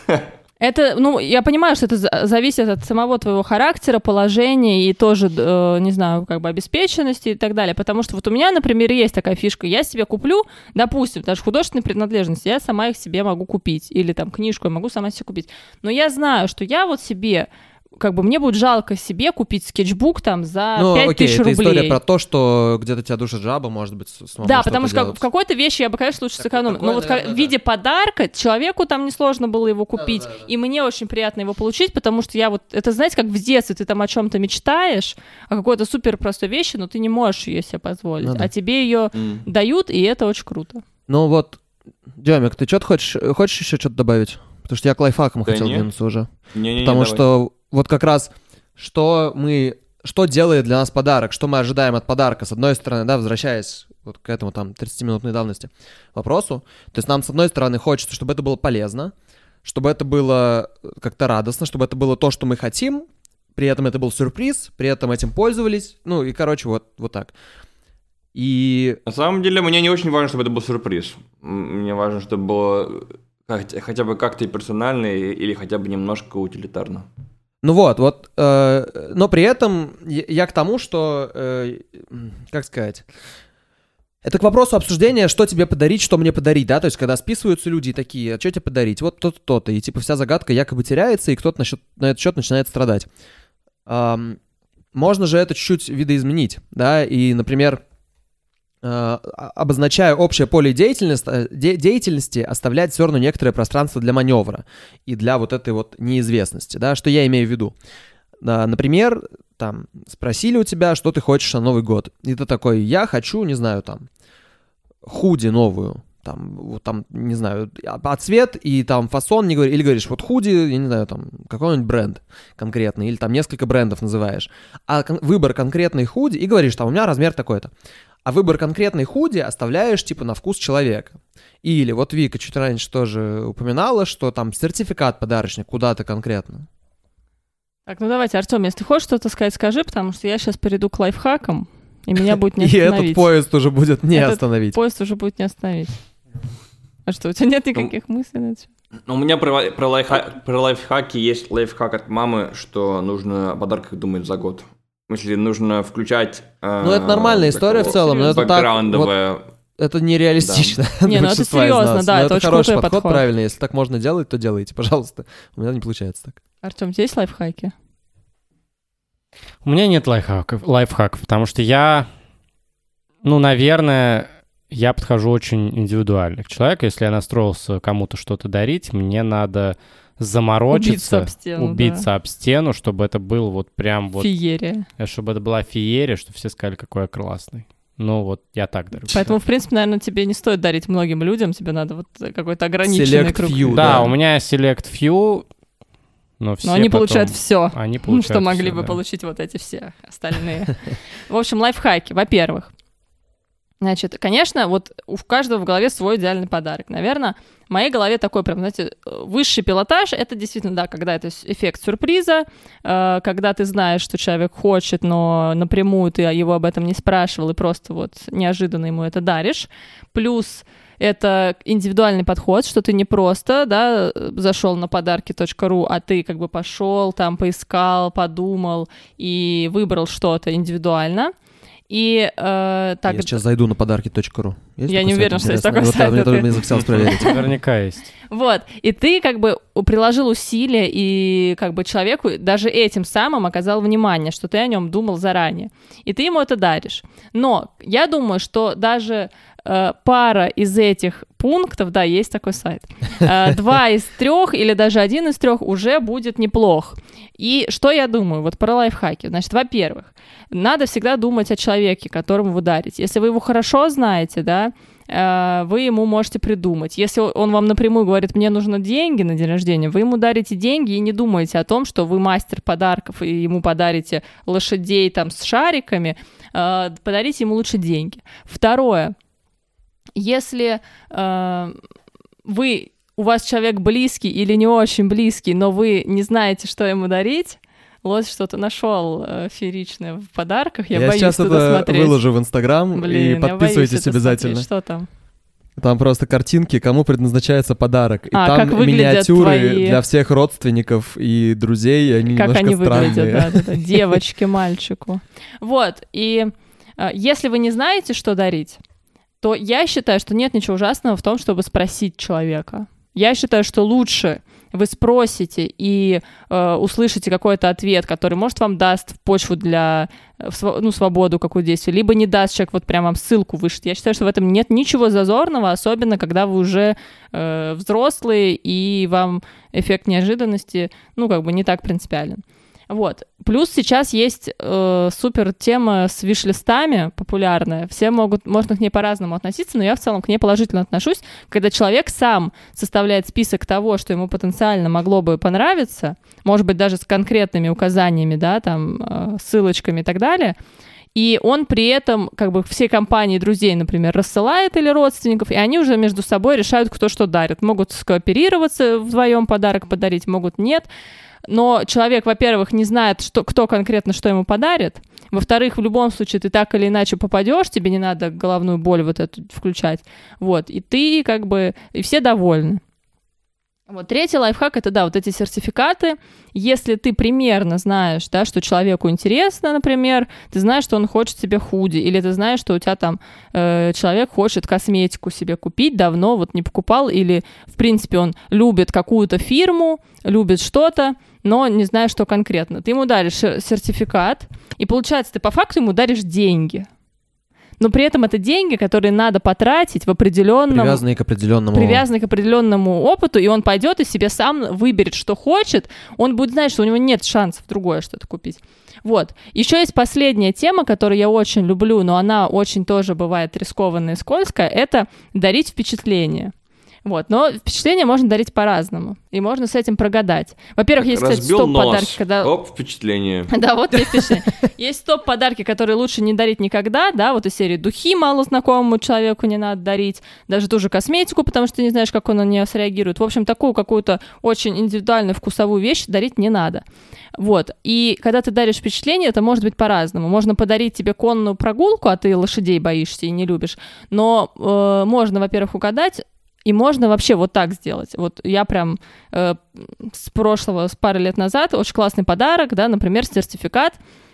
Это, ну, я понимаю, что это зависит от самого твоего характера, положения и тоже, э, не знаю, как бы обеспеченности и так далее, потому что вот у меня, например, есть такая фишка, я себе куплю, допустим, даже художественные принадлежности, я сама их себе могу купить, или там книжку я могу сама себе купить, но я знаю, что я вот себе... Как бы мне будет жалко себе купить скетчбук там за ну, пять тысяч рублей. Это история про то, что где-то тебя душит жаба, может быть, самому да, потому что делать. в какой-то вещи я бы, конечно, лучше так, сэкономила. такое, Но вот наверное, как, в да. виде подарка человеку там несложно было его купить, да, да, да. и мне очень приятно его получить, потому что я вот... Это, знаете, как в детстве ты там о чем-то мечтаешь, о какой-то супер простой вещи, но ты не можешь ее себе позволить. Ну, да. А тебе ее mm. дают, и это очень круто. Ну вот, Демик, ты что-то хочешь, хочешь еще что-то добавить? Потому что я к лайфхакам да хотел не. двинуться уже. Не-не-не, потому давай. что вот как раз... Что мы, что делает для нас подарок, что мы ожидаем от подарка, с одной стороны, да, возвращаясь вот к этому там тридцатиминутной давности вопросу, то есть нам с одной стороны хочется, чтобы это было полезно, чтобы это было как-то радостно, чтобы это было то, что мы хотим, при этом это был сюрприз, при этом этим пользовались, ну и, короче, вот, вот так. И... На самом деле мне не очень важно, чтобы это был сюрприз, мне важно, чтобы было хотя бы как-то персонально или хотя бы немножко утилитарно. Ну вот, вот, э, но при этом я к тому, что, э, как сказать, это к вопросу обсуждения, что тебе подарить, что мне подарить, да, то есть когда списываются люди такие, а что тебе подарить, вот то-то, то-то, и типа вся загадка якобы теряется, и кто-то на, счет, на этот счет начинает страдать. Эм, можно же это чуть-чуть видоизменить, да, и, например, э, обозначая общее поле деятельности, де, деятельности, оставлять все равно некоторое пространство для маневра и для вот этой вот неизвестности, да, что я имею в виду. Да, например, там, спросили у тебя, что ты хочешь на Новый год, и ты такой, я хочу, не знаю, там, худи новую, там, вот там, не знаю, а цвет и там фасон, не говори, или говоришь, вот худи, я не знаю, там, какой-нибудь бренд конкретный, или там несколько брендов называешь, а кон- выбор конкретной худи, и говоришь, там, у меня размер такой-то. А выбор конкретной худи оставляешь, типа, на вкус человека. Или вот Вика чуть раньше тоже упоминала, что там сертификат подарочный куда-то конкретно. Так, ну давайте, Артём, если ты хочешь что-то сказать, скажи, потому что я сейчас перейду к лайфхакам, и меня будет не И остановить. этот поезд уже будет не Этот остановить. поезд уже будет не остановить. А что, у тебя нет никаких мыслей на это? У меня про, про, лайфхак, про лайфхаки есть лайфхак от мамы, что нужно о подарках думать за год. В смысле, нужно включать... Э, Ну, это нормальная история в целом, но это так... Вот, это нереалистично. Да. Не, ну это серьезно, да, это, это очень хороший крутой подход, подход. Правильно, если так можно делать, то делайте, пожалуйста. У меня не получается так. Артём, у тебя есть лайфхаки? У меня нет лайфхаков, лайфхаков, потому что я, ну, наверное, я подхожу очень индивидуально к человеку. Если я настроился кому-то что-то дарить, мне надо заморочиться, убиться об стену, убиться да. об стену, чтобы это был вот прям вот... Феерия. Чтобы это была феерия, чтобы все сказали, какой я классный. Ну, вот я так дарю. Поэтому, в принципе, наверное, тебе не стоит дарить многим людям, тебе надо вот какой-то ограниченный Select круг. few, Да, да, у меня select few, но все Но они потом... получают все, Они получают что могли всё, бы да. получить вот эти все остальные. В общем, лайфхаки. Во-первых, значит, конечно, вот у каждого в голове свой идеальный подарок. Наверное, в моей голове такой прям, знаете, высший пилотаж — это действительно, да, когда это эффект сюрприза, э, когда ты знаешь, что человек хочет, но напрямую ты его об этом не спрашивал и просто вот неожиданно ему это даришь. Плюс это индивидуальный подход, что ты не просто, да, зашел на подарки точка ру, а ты как бы пошел там, поискал, подумал и выбрал что-то индивидуально. И э, так... Я сейчас зайду на подарки точка ру. Есть Я не уверена, что есть такой вот, сайт. Мне тоже мне захотелось проверить. Наверняка есть. Вот, и ты как бы приложил усилия, и как бы человеку даже этим самым оказал внимание, что ты о нем думал заранее, и ты ему это даришь. Но я думаю, что даже э, пара из этих пунктов, да, есть такой сайт, э, два из трех или даже один из трех уже будет неплох. И что я думаю, вот про лайфхаки. Значит, во-первых, надо всегда думать о человеке, которому вы дарите. Если вы его хорошо знаете, да, э, вы ему можете придумать. Если он вам напрямую говорит, мне нужны деньги на день рождения, вы ему дарите деньги и не думаете о том, что вы мастер подарков и ему подарите лошадей там с шариками, э, подарите ему лучше деньги. Второе. Если э, вы, у вас человек близкий или не очень близкий, но вы не знаете, что ему дарить, Лось что-то нашел э, фееричное в подарках. Я, я боюсь сейчас туда это смотреть. Выложу в Инстаграм, Блин, и подписывайтесь обязательно. Смотреть. Что там? Там просто картинки, кому предназначается подарок. И а, там как миниатюры твои... для всех родственников и друзей, они как немножко они странные. выглядят, да, да, да. Девочке, мальчику. Вот, и э, если вы не знаете, что дарить, то я считаю, что нет ничего ужасного в том, чтобы спросить человека. Я считаю, что лучше вы спросите и э, услышите какой-то ответ, который, может, вам даст почву для, ну, свободу какую действие, либо не даст человек вот прям вам ссылку вышлет. Я считаю, что в этом нет ничего зазорного, особенно когда вы уже э, взрослые, и вам эффект неожиданности, ну, как бы не так принципиален. Вот. Плюс сейчас есть э, супер тема с виш-листами популярная. Все могут, можно к ней по-разному относиться, но я в целом к ней положительно отношусь. Когда человек сам составляет список того, что ему потенциально могло бы понравиться, может быть, даже с конкретными указаниями, да, там, э, ссылочками и так далее, и он при этом, как бы, все компании друзей, например, рассылает или родственников, и они уже между собой решают, кто что дарит. Могут скооперироваться, вдвоем подарок подарить, могут нет. Но человек, во-первых, не знает, что, кто конкретно что ему подарит. Во-вторых, в любом случае ты так или иначе попадешь, тебе не надо головную боль вот эту включать. Вот, и ты как бы... И все довольны. Вот, третий лайфхак — это, да, вот эти сертификаты. Если ты примерно знаешь, да, что человеку интересно, например, ты знаешь, что он хочет себе худи, или ты знаешь, что у тебя там э, человек хочет косметику себе купить, давно вот не покупал, или, в принципе, он любит какую-то фирму, любит что-то, но не знаю, что конкретно. Ты ему даришь сертификат, и, получается, ты по факту ему даришь деньги. Но при этом это деньги, которые надо потратить в определенном... Привязанные к определенному... Привязанные к определенному опыту, и он пойдет и себе сам выберет, что хочет, он будет знать, что у него нет шансов другое что-то купить. Вот. Еще есть последняя тема, которую я очень люблю, но она очень тоже бывает рискованная и скользкая, это дарить впечатление. Вот. Но впечатление можно дарить по-разному, и можно с этим прогадать. Во-первых, есть, кстати, стоп-подарки, когда... Оп, впечатление. Да, вот есть впечатление. Есть стоп-подарки, которые лучше не дарить никогда, да, вот из серии духи малознакомому человеку не надо дарить, даже ту же косметику, потому что ты не знаешь, как он на нее среагирует. В общем, такую какую-то очень индивидуальную вкусовую вещь дарить не надо. Вот. И когда ты даришь впечатление, это может быть по-разному. Можно подарить тебе конную прогулку, а ты лошадей боишься и не любишь, но э, можно, во-первых, угадать. И можно вообще вот так сделать. Вот я прям э, с прошлого, с пары лет назад, очень классный подарок, да, например, сертификат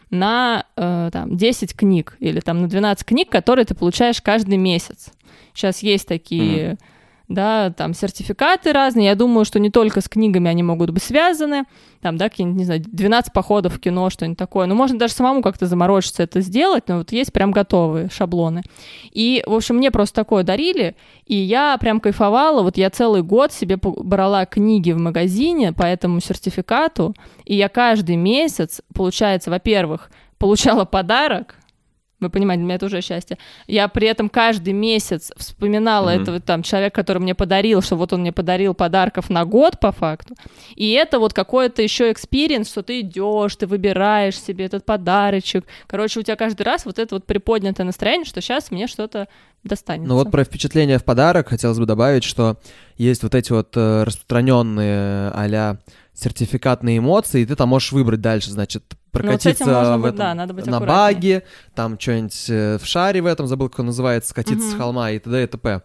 на э, там, десять книг или там на двенадцать книг, которые ты получаешь каждый месяц. Сейчас есть такие... Mm. Да, там сертификаты разные. Я думаю, что не только с книгами они могут быть связаны. Там, да, какие-нибудь, не знаю, двенадцать походов в кино, что-нибудь такое. Ну, можно даже самому как-то заморочиться это сделать, но вот есть прям готовые шаблоны. И, в общем, мне просто такое дарили, и я прям кайфовала. Вот я целый год себе брала книги в магазине по этому сертификату, и я каждый месяц, получается, во-первых, получала подарок. Вы понимаете, для меня это уже счастье. Я при этом каждый месяц вспоминала mm-hmm. этого там человека, который мне подарил, что вот он мне подарил подарков на год по факту. И это вот какой-то еще экспириенс, что ты идешь, ты выбираешь себе этот подарочек. Короче, у тебя каждый раз вот это вот приподнятое настроение, что сейчас мне что-то достанется. Ну вот про впечатление в подарок хотелось бы добавить, что есть вот эти вот э, распространенные а-ля сертификатные эмоции, и ты там можешь выбрать дальше, значит, прокатиться ну, вот в этом, да, надо быть на баге, там что-нибудь э, в шаре в этом, забыл, как он называется, скатиться uh-huh. с холма и т.д. и т.п.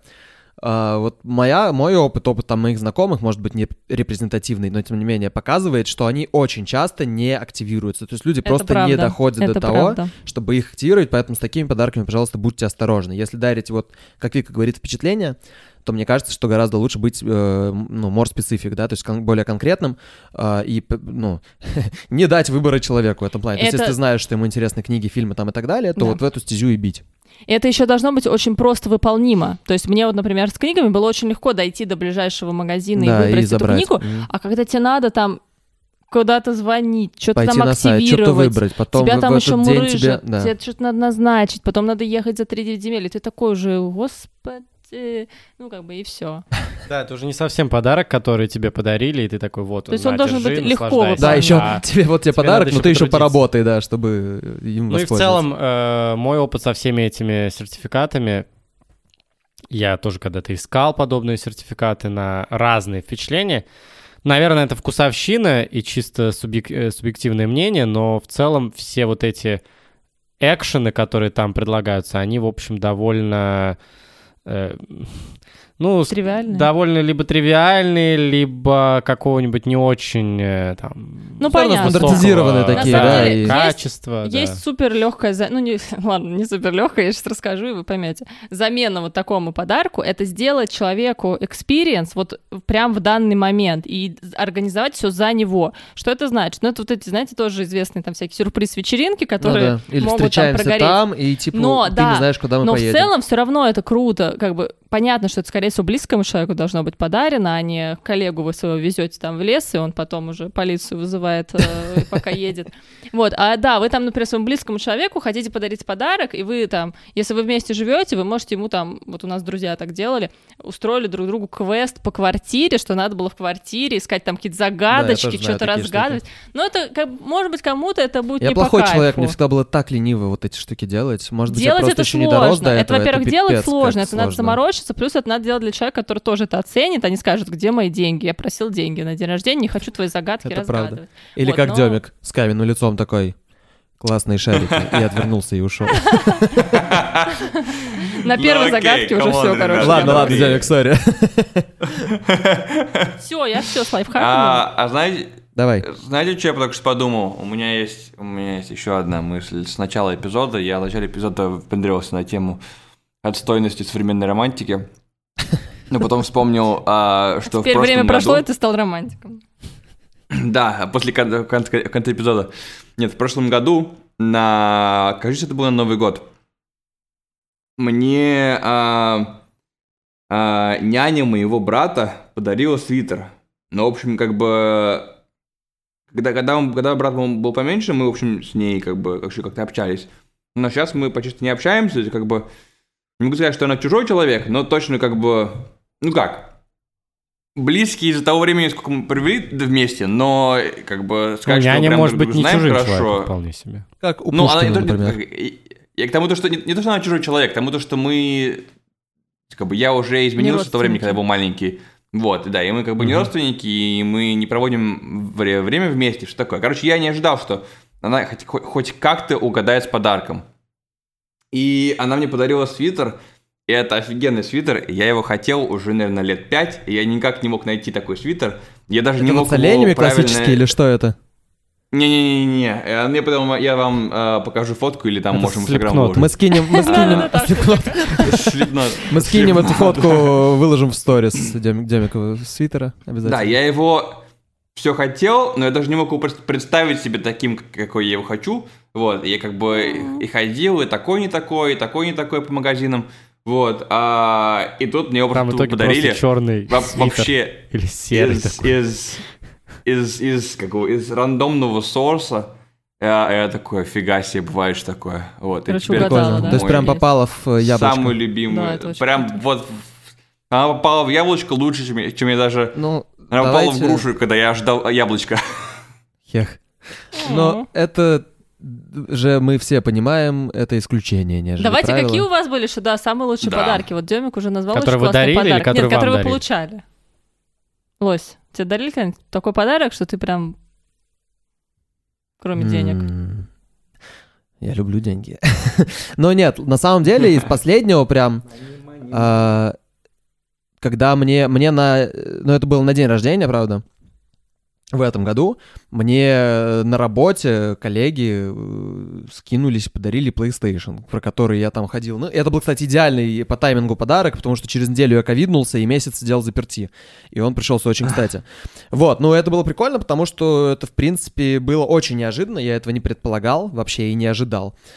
А, вот моя, мой опыт, опыт там моих знакомых, может быть, не репрезентативный, но тем не менее показывает, что они очень часто не активируются. То есть люди это просто правда. не доходят это до правда. того, чтобы их активировать, поэтому с такими подарками, пожалуйста, будьте осторожны. Если дарите, вот, как Вика говорит, впечатление, то мне кажется, что гораздо лучше быть, э, ну, more specific, да, то есть кон- более конкретным э, и, ну, не дать выбора человеку в этом плане. Это... То есть если ты знаешь, что ему интересны книги, фильмы там и так далее, то да. вот в эту стезю и бить. Это еще должно быть очень просто выполнимо. То есть мне вот, например, с книгами было очень легко дойти до ближайшего магазина да, и выбрать и эту книгу, mm. а когда тебе надо там куда-то звонить, что-то там активировать, сайт, что-то выбрать, потом тебя в, там в еще мурыжат, тебе, да. тебе что-то надо назначить, потом надо ехать за три девять земель, и ты такой уже, господи, э, ну, как бы, и все. Да, это уже не совсем подарок, который тебе подарили, и ты такой, вот, То есть он должен быть легко наслаждайся. Да, еще А тебе вот тебе тебе подарок, надо но еще ты еще потрудиться. поработай, да, чтобы им Ну и в воспользоваться. целом, э, мой опыт со всеми этими сертификатами, я тоже когда-то искал подобные сертификаты на разные впечатления. Наверное, это вкусовщина и чисто субъек- э, субъективное мнение, но в целом все вот эти экшены, которые там предлагаются, они, в общем, довольно... э, ну, с- Тривиальные? довольно либо тривиальные, либо какого-нибудь не очень э, там... Ну, Всё равно понятно. стандартизированные высокого, такие, На самом да, деле, и- есть- качества, да. Есть супер легкая, ну не, ладно, не супер легкая, я сейчас расскажу, и вы поймете. Замена вот такому подарку — это сделать человеку experience вот прям в данный момент и организовать все за него. Что это значит? Ну это вот эти, знаете, тоже известные там всякие сюрприз-вечеринки, Ну которые да. Или могут там встречаемся прогореть. там, и типа Но, ты да, не знаешь, куда мы Но поедем. в целом все равно это круто, как бы понятно, что это, скорее всего, близкому человеку должно быть подарено, а не коллегу вы своего везете там в лес, и он потом уже полицию вызывает, э, пока едет. Вот, а да, вы там, например, своему близкому человеку хотите подарить подарок, и вы там, если вы вместе живете, вы можете ему там, вот у нас друзья так делали, устроили друг другу квест по квартире, что надо было в квартире искать там какие-то загадочки, тоже знаю что-то такие разгадывать. Но это, как, может быть, кому-то это будет Я не плохой по человек, кайфу. мне всегда было так лениво вот эти штуки делать. Может быть, я Делать просто это еще не дорос сложно. до Это, этого. во-первых, делать пипец, сложно, как это надо сложно. заморочиться, плюс это надо делать для человека, который тоже это оценит, а не скажет, где мои деньги, я просил деньги на день рождения, не хочу твои загадки Это правда. разгадывать. Или Вот, как но- Демик с каменным лицом такой. Классные шарики. И отвернулся и ушел. На первой Ну, окей, загадке уже come on, все, ребят. короче. Ладно, ладно, Демик, сори. Все, я все с лайфхаком. А, а знаете, Давай. знаете, что я только что подумал? У меня есть, у меня есть еще одна мысль. С начала эпизода я в начале эпизода выпендрился на тему отстойности современной романтики. Но потом вспомнил, а, что в Теперь прошлом время прошло, и году... ты стал романтиком. Да, после кон- кон- конца эпизода. Нет, в прошлом году, на... кажется, это был на Новый год, мне а, а, няня моего брата подарила свитер. Ну, в общем, как бы... Когда, когда, он, когда брат был поменьше, мы, в общем, с ней как бы еще как-то общались. Но сейчас мы почти не общаемся, это как бы... Не могу сказать, что она чужой человек, но точно как бы... Ну как? Близкие из-за того времени, сколько мы провели вместе, но как бы Ну, сказать, что мы няня прям может друг быть друга не знаем чужим хорошо. человеком, вполне себе. Как у Ну, она не Пушкина, то, например. как- я к тому, то, что не, не то, что она чужой человек, к тому, то, что мы, как бы, я уже изменился в то время, родственники. когда я был маленький. Вот, да, и мы как бы не Мгм. родственники, и мы не проводим вре- время вместе, что такое. Короче, я не ожидал, что она хоть, хоть- хоть как-то угадает с подарком. И она мне подарила свитер, и это офигенный свитер, и я его хотел уже, наверное, лет пять, и я никак не мог найти такой свитер. Я даже не Это мог вот с оленями его правильно... классические или что это? Не-не-не-не, э, мне потом я вам э, покажу фотку или там Это можем в Инстаграм Slipknot. выложить. Мы скинем, мы скинем, Да-да-да, Slipknot. мы скинем эту фотку, выложим в сторис Дем- Демикового свитера обязательно. Да, я его все хотел, но я даже не мог его пред- представить себе таким, как- какой я его хочу. Вот, я как бы и ходил, и такой не такой, и такой не такой по магазинам. Вот, а, и тут мне его Там в просто итоге подарили. просто черный Во- свитер. Вообще Или серый из, такой. из, из, из, какого, из рандомного сорса. Я, я такой, фига себе, бывает же такое. Вот, и Короче, теперь угадала, Прикольно. да? То есть прям Есть. попало в э, яблочко. самый любимый. Да, это очень Прям круто. вот... в- Она попала в яблочко лучше, чем, я- чем я даже... Ну, Она попала в давайте- грушу, когда я ждал яблочко. Хех. Но это же мы все понимаем, это исключение, нежели Давайте, правило. какие у вас были, что да, самые лучшие Да. подарки? Вот Демик уже назвал Которые очень вы классный дарили или подарок. которые Нет, которые вам вы дарили? получали. Лось, тебе дарили когда-нибудь такой подарок, что ты прям... Кроме денег. М, Я люблю деньги. Но нет, на самом деле из последнего прям, а, когда мне, мне на, ну это было на день рождения, правда, в этом году, мне на работе коллеги э, скинулись, подарили PlayStation, про который я там ходил. Ну, это был, кстати, идеальный по таймингу подарок, потому что через неделю я ковиднулся и месяц сидел заперти. И он пришелся очень кстати. Вот, ну это было прикольно, потому что это, в принципе, было очень неожиданно, я этого не предполагал вообще и не ожидал.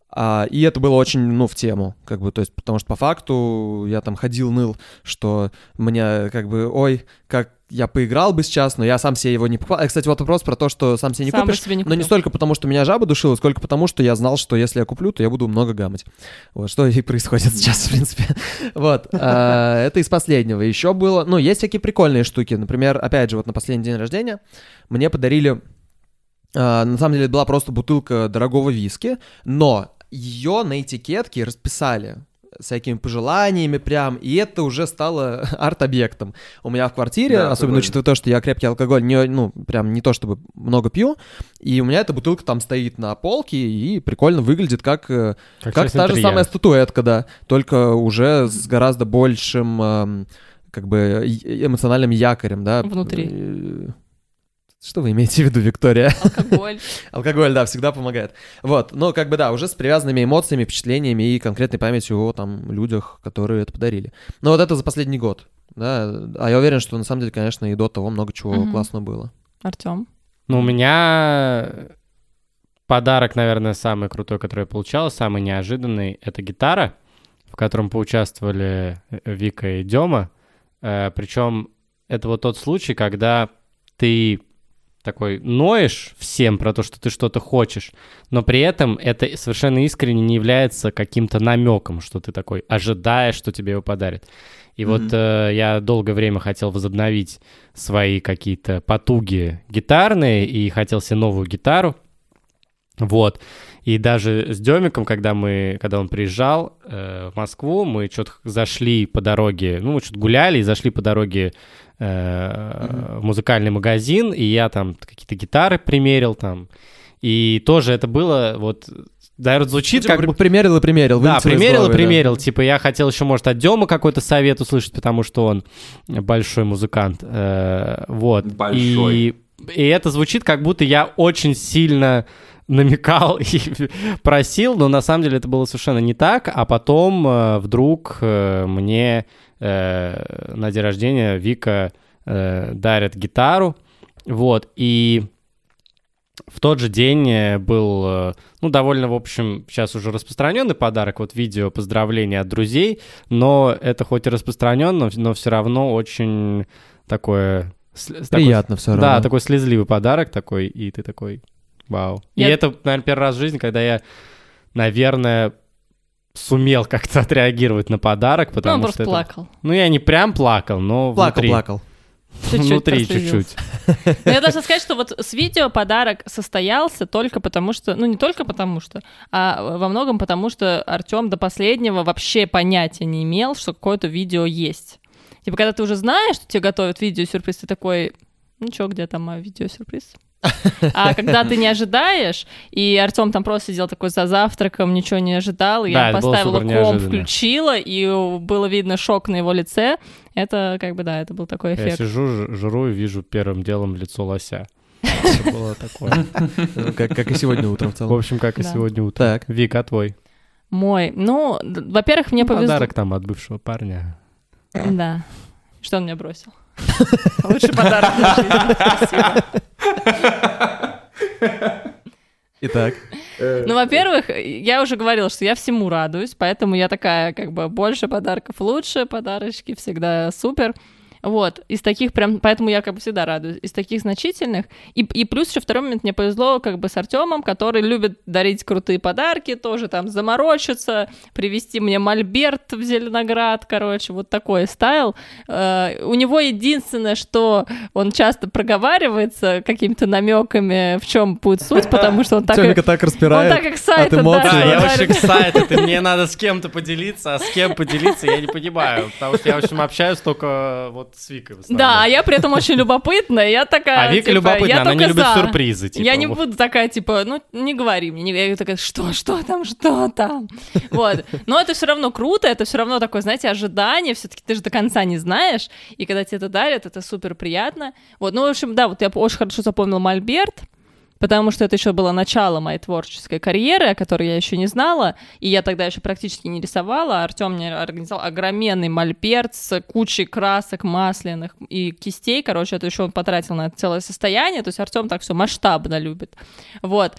А, и это было очень, ну, в тему, как бы, то есть, потому что по факту я там ходил, ныл, что мне, как бы, ой, как я поиграл бы сейчас, но я сам себе его не покупал. А, кстати, вот вопрос про то, что сам себе не Сам бы купишь, себе не но не купил. столько потому, что меня жаба душила, сколько потому, что я знал, что если я куплю, то я буду много гамать. Вот, что и происходит сейчас, в принципе. Вот, а, это из последнего. Еще было, ну, есть всякие прикольные штуки. Например, опять же, вот на последний день рождения мне подарили, а, на самом деле, это была просто бутылка дорогого виски, но ее на этикетке расписали всякими пожеланиями прям, и это уже стало арт-объектом у меня в квартире, Да, особенно прикольно. учитывая то, что я крепкий алкоголь, не, ну, прям не то чтобы много пью, и у меня эта бутылка там стоит на полке и прикольно выглядит как, э, Как, как часть та же интерьера. самая статуэтка, да, только уже с гораздо большим, эм, как бы, э- эмоциональным якорем, да. Внутри. Э, Что вы имеете в виду, Виктория? Алкоголь. Алкоголь, да, всегда помогает. Вот, ну, как бы, да, уже с привязанными эмоциями, впечатлениями и конкретной памятью о, там, людях, которые это подарили. Но вот это за последний год, да, а я уверен, что, на самом деле, конечно, и до того много чего Мгм. классного было. Артем. Ну, у меня подарок, наверное, самый крутой, который я получал, самый неожиданный, это гитара, в котором поучаствовали Вика и Дема. Э, причем это вот тот случай, когда ты такой ноешь всем про то, что ты что-то хочешь, но при этом это совершенно искренне не является каким-то намеком, что ты такой ожидаешь, что тебе его подарят. И Мгм. вот э, я долгое время хотел возобновить свои какие-то потуги гитарные и хотел себе новую гитару. Вот. И даже с Демиком, когда мы, когда он приезжал э, в Москву, мы что-то зашли по дороге, ну, мы что-то гуляли и зашли по дороге э, в музыкальный магазин, и я там какие-то гитары примерил там. И тоже это было вот... Наверное, звучит Типа, как бы... примерил и примерил. Да, вылетело из примерил и головы, да. примерил. Типа, я хотел еще, может, от Демы какой-то совет услышать, потому что он большой музыкант. Э, вот. Большой. И, и это звучит, как будто я очень сильно намекал и просил, но на самом деле это было совершенно не так. А потом э, вдруг э, мне э, на день рождения Вика э, дарит гитару. Вот. И... В тот же день был, ну, довольно, в общем, сейчас уже распространенный подарок, вот видео поздравления от друзей, но это хоть и распространенно, но все равно очень такое... Приятно все равно. Да, такой слезливый подарок такой, и ты такой, вау. Я- И это, наверное, первый раз в жизни, когда я, наверное, сумел как-то отреагировать на подарок, Ну, потому он что просто это... плакал. Ну, я не прям плакал, но Плакал, внутри. плакал. Чуть-чуть Внутри прослезился. чуть-чуть. Но я должна сказать, что вот с видео подарок состоялся только потому, что... Ну, не только потому что, а во многом потому, что Артем до последнего вообще понятия не имел, что какое-то видео есть. Типа, когда ты уже знаешь, что тебе готовят видеосюрприз, ты такой... Ну чё, где там мой видеосюрприз? А когда ты не ожидаешь, и Артем там просто сидел такой за завтраком, ничего не ожидал, и Да, я это было поставила супер комп, неожиданно. включила, и было видно шок на его лице. Это как бы, да, это был такой Я эффект. сижу, ж- жру и вижу первым делом лицо лося. Это было такое. Ну, Как как и сегодня утром в В целом. общем, как и Да. сегодня утром. Так. Вик, а твой? Мой. Ну, д- во-первых, мне повезло. Подарок там от бывшего парня. Да. Что он мне бросил? Лучший подарок в жизни. Спасибо. Итак. Ну, во-первых, я уже говорила, что я всему радуюсь, поэтому я такая, как бы, больше подарков лучше, подарочки всегда супер. Вот, из таких прям, поэтому я как бы всегда радуюсь, из таких значительных. И, и плюс еще второй момент, мне повезло как бы с Артемом, который любит дарить крутые подарки, тоже там заморочиться, привезти мне мольберт в Зеленоград, короче, вот такой стайл. Э, у него единственное, что он часто проговаривается какими-то намеками, в чем будет суть, потому что он так... Тёмика так Он распирает. так эксайтед, от эмоций. Да, Да, я дарит. очень excited, и мне надо с кем-то поделиться, а с кем поделиться я не понимаю, потому что я, в общем, общаюсь только вот с Викой в основном. Да, а я при этом очень любопытная, я такая, А Вика типа, любопытная, я она не только любит за. сюрпризы. Типа, Я не вот. буду такая, типа, ну, не говори мне. не- Я такая, что, что там, что там? Вот. Но это все равно круто, это все равно такое, знаете, ожидание, все-таки ты же до конца не знаешь, и когда тебе это дарят, это супер приятно. Вот, ну, в общем, да, вот я очень хорошо запомнила мольберт, потому что это еще было начало моей творческой карьеры, о которой я еще не знала, и я тогда еще практически не рисовала. Артем мне организовал огроменный мольберт с кучей красок масляных и кистей, короче, это еще он потратил на это целое состояние, то есть Артем так все масштабно любит. Вот.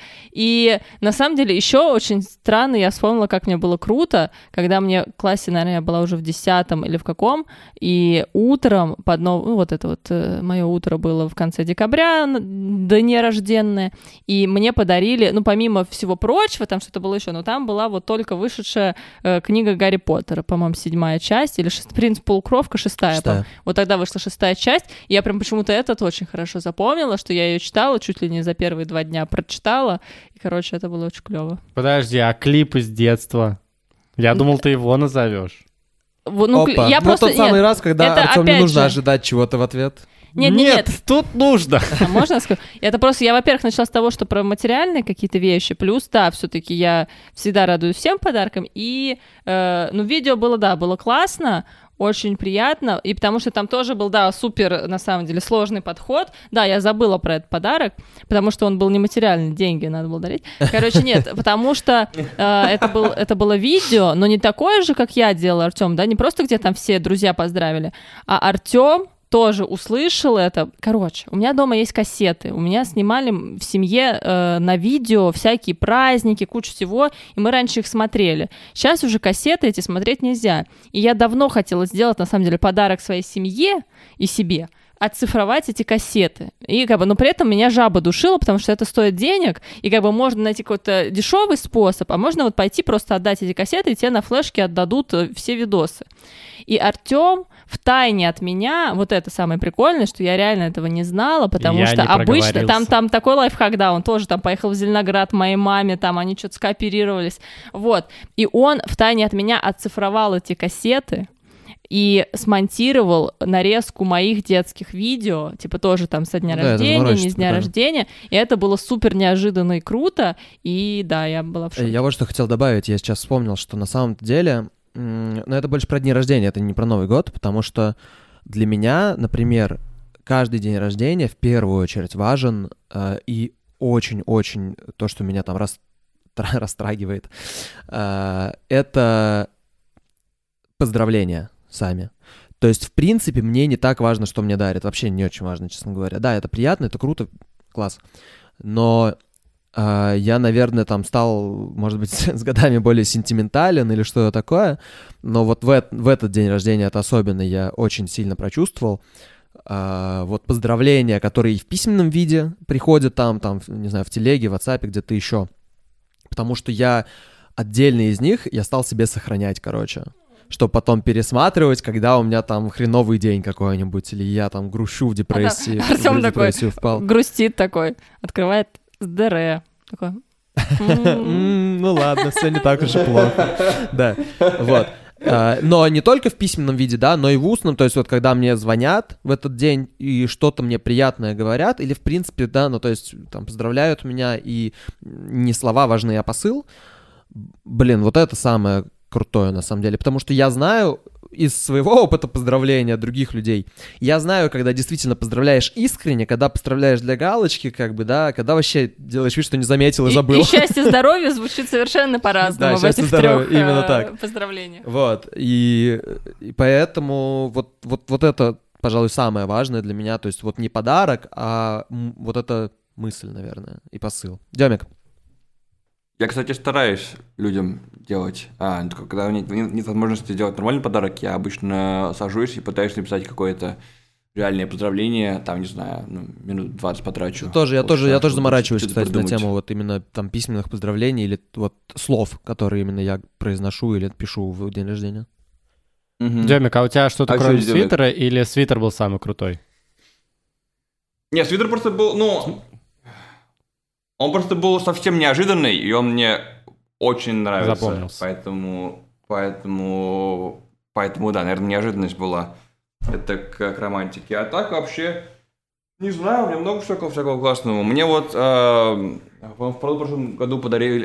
И на самом деле еще очень странно, я вспомнила, как мне было круто, когда мне в классе, наверное, я была уже в десятом или в каком, и утром под нов... ну вот это вот э, мое утро было в конце декабря, дне рожденное, и мне подарили, ну помимо всего прочего, там что-то было еще, но там была вот только вышедшая э, книга Гарри Поттера, по-моему, седьмая часть, или шест... «Принц полукровка», шестая, шестая. Вот тогда вышла шестая часть, и я прям почему-то этот очень хорошо запомнила, что я ее читала чуть ли не за первые два дня, прочитала, и, короче, это было очень клево. Подожди, а клип из детства? Я думал, ты его назовешь. Ну, Опа. Я ну просто... тот самый нет, раз, когда Артём не нужно же... ожидать чего-то в ответ. Нет, нет, нет, нет, тут нужно. А можно сказать? Это просто, я, во-первых, начала с того, что про материальные какие-то вещи, плюс, да, все-таки я всегда радуюсь всем подаркам, и, э, ну, видео было, да, было классно, очень приятно, и потому что там тоже был, да, супер, на самом деле, сложный подход. Да, я забыла про этот подарок, потому что он был нематериальный, деньги надо было дарить. Короче, нет, потому что э, это, был, это было видео, но не такое же, как я делала, Артём, да, не просто где там все друзья поздравили, а Артём тоже услышал это. Короче, у меня дома есть кассеты. У меня снимали в семье э, на видео всякие праздники, кучу всего, и мы раньше их смотрели. Сейчас уже кассеты эти смотреть нельзя. И я давно хотела сделать, на самом деле, подарок своей семье и себе, оцифровать эти кассеты. И как бы, но при этом меня жаба душила, потому что это стоит денег, и как бы можно найти какой-то дешевый способ, а можно вот пойти просто отдать эти кассеты, и тебе на флешке отдадут все видосы. И Артём втайне от меня, вот это самое прикольное, что я реально этого не знала, потому я что обычно там, там такой лайфхак, да, он тоже там поехал в Зеленоград моей маме, там они что-то скооперировались, вот. И он втайне от меня оцифровал эти кассеты, и смонтировал нарезку моих детских видео, типа тоже там со дня да, рождения, не с дня рождения, и это было супер неожиданно и круто, и да, я была в шоке. Я вот что хотел добавить, я сейчас вспомнил, что на самом деле, ну это больше про дни рождения, это не про Новый год, потому что для меня, например, каждый день рождения в первую очередь важен, э, и очень-очень то, что меня там рас... растрагивает, э, это поздравления сами. То есть, в принципе, мне не так важно, что мне дарят. Вообще не очень важно, честно говоря. Да, это приятно, это круто, класс. Но э, я, наверное, там стал, может быть, с годами более сентиментален или что-то такое. Но вот в, в этот день рождения это особенно я очень сильно прочувствовал. Э, вот поздравления, которые в письменном виде приходят там, там, не знаю, в телеге, в WhatsApp, где-то еще. Потому что я отдельные из них я стал себе сохранять, короче. Чтобы потом пересматривать, когда у меня там хреновый день какой-нибудь, или я там грущу в депрессии, а, да. Артём в депрессию такой впал. Грустит такой, открывает ДР, такой... Ну ладно, все не так уж и плохо. Да, вот. Но не только в письменном виде, да, но и в устном, то есть вот когда мне звонят в этот день и что-то мне приятное говорят, или в принципе, да, ну то есть там поздравляют меня, и не слова важны, а посыл, блин, вот это самое крутое, на самом деле, потому что я знаю из своего опыта поздравления других людей, я знаю, когда действительно поздравляешь искренне, когда поздравляешь для галочки, как бы, да, когда вообще делаешь вид, что не заметил и, и забыл. И счастье, здоровье звучит совершенно по-разному в этих трех именно так. Поздравлениях. Вот, и, и поэтому вот, вот, вот это, пожалуй, самое важное для меня, то есть вот не подарок, а вот эта мысль, наверное, и посыл. Демик. Я, кстати, стараюсь людям делать, а, когда нет, нет возможности сделать нормальный подарок, я обычно сажусь и пытаюсь написать какое-то реальное поздравление, там, не знаю, ну, минут двадцать потрачу. Тоже, я тоже, я тоже заморачиваюсь, кстати, придумать. На тему вот именно там письменных поздравлений или вот слов, которые именно я произношу или пишу в день рождения. Угу. Демик, а у тебя что-то а кроме что свитера или свитер был самый крутой? Нет, свитер просто был, ну... Он просто был совсем неожиданный, и он мне очень нравится. Запомнился. Поэтому, поэтому, поэтому, да, наверное, неожиданность была. Это к, к романтике. А так вообще, не знаю, у меня много всякого, всякого классного. Мне вот э, в прошлом году подарили,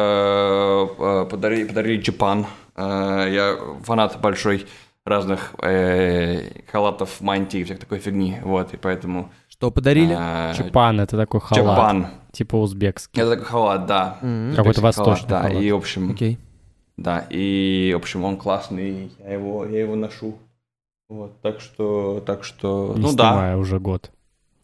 э, подарили, подарили чапан. Э, я фанат большой разных э, халатов, мантий, всякой такой фигни. Вот, и поэтому... Что подарили? А, Чапан — это такой халат. Чапан. Типа узбекский. Это такой халат, да. М, Какой-то Узбекский восточный халат, да. халат. И, в общем, Окей. да, и, в общем, он классный, я его, я его ношу. Вот, так что, так что, Не ну да. снимаю уже год.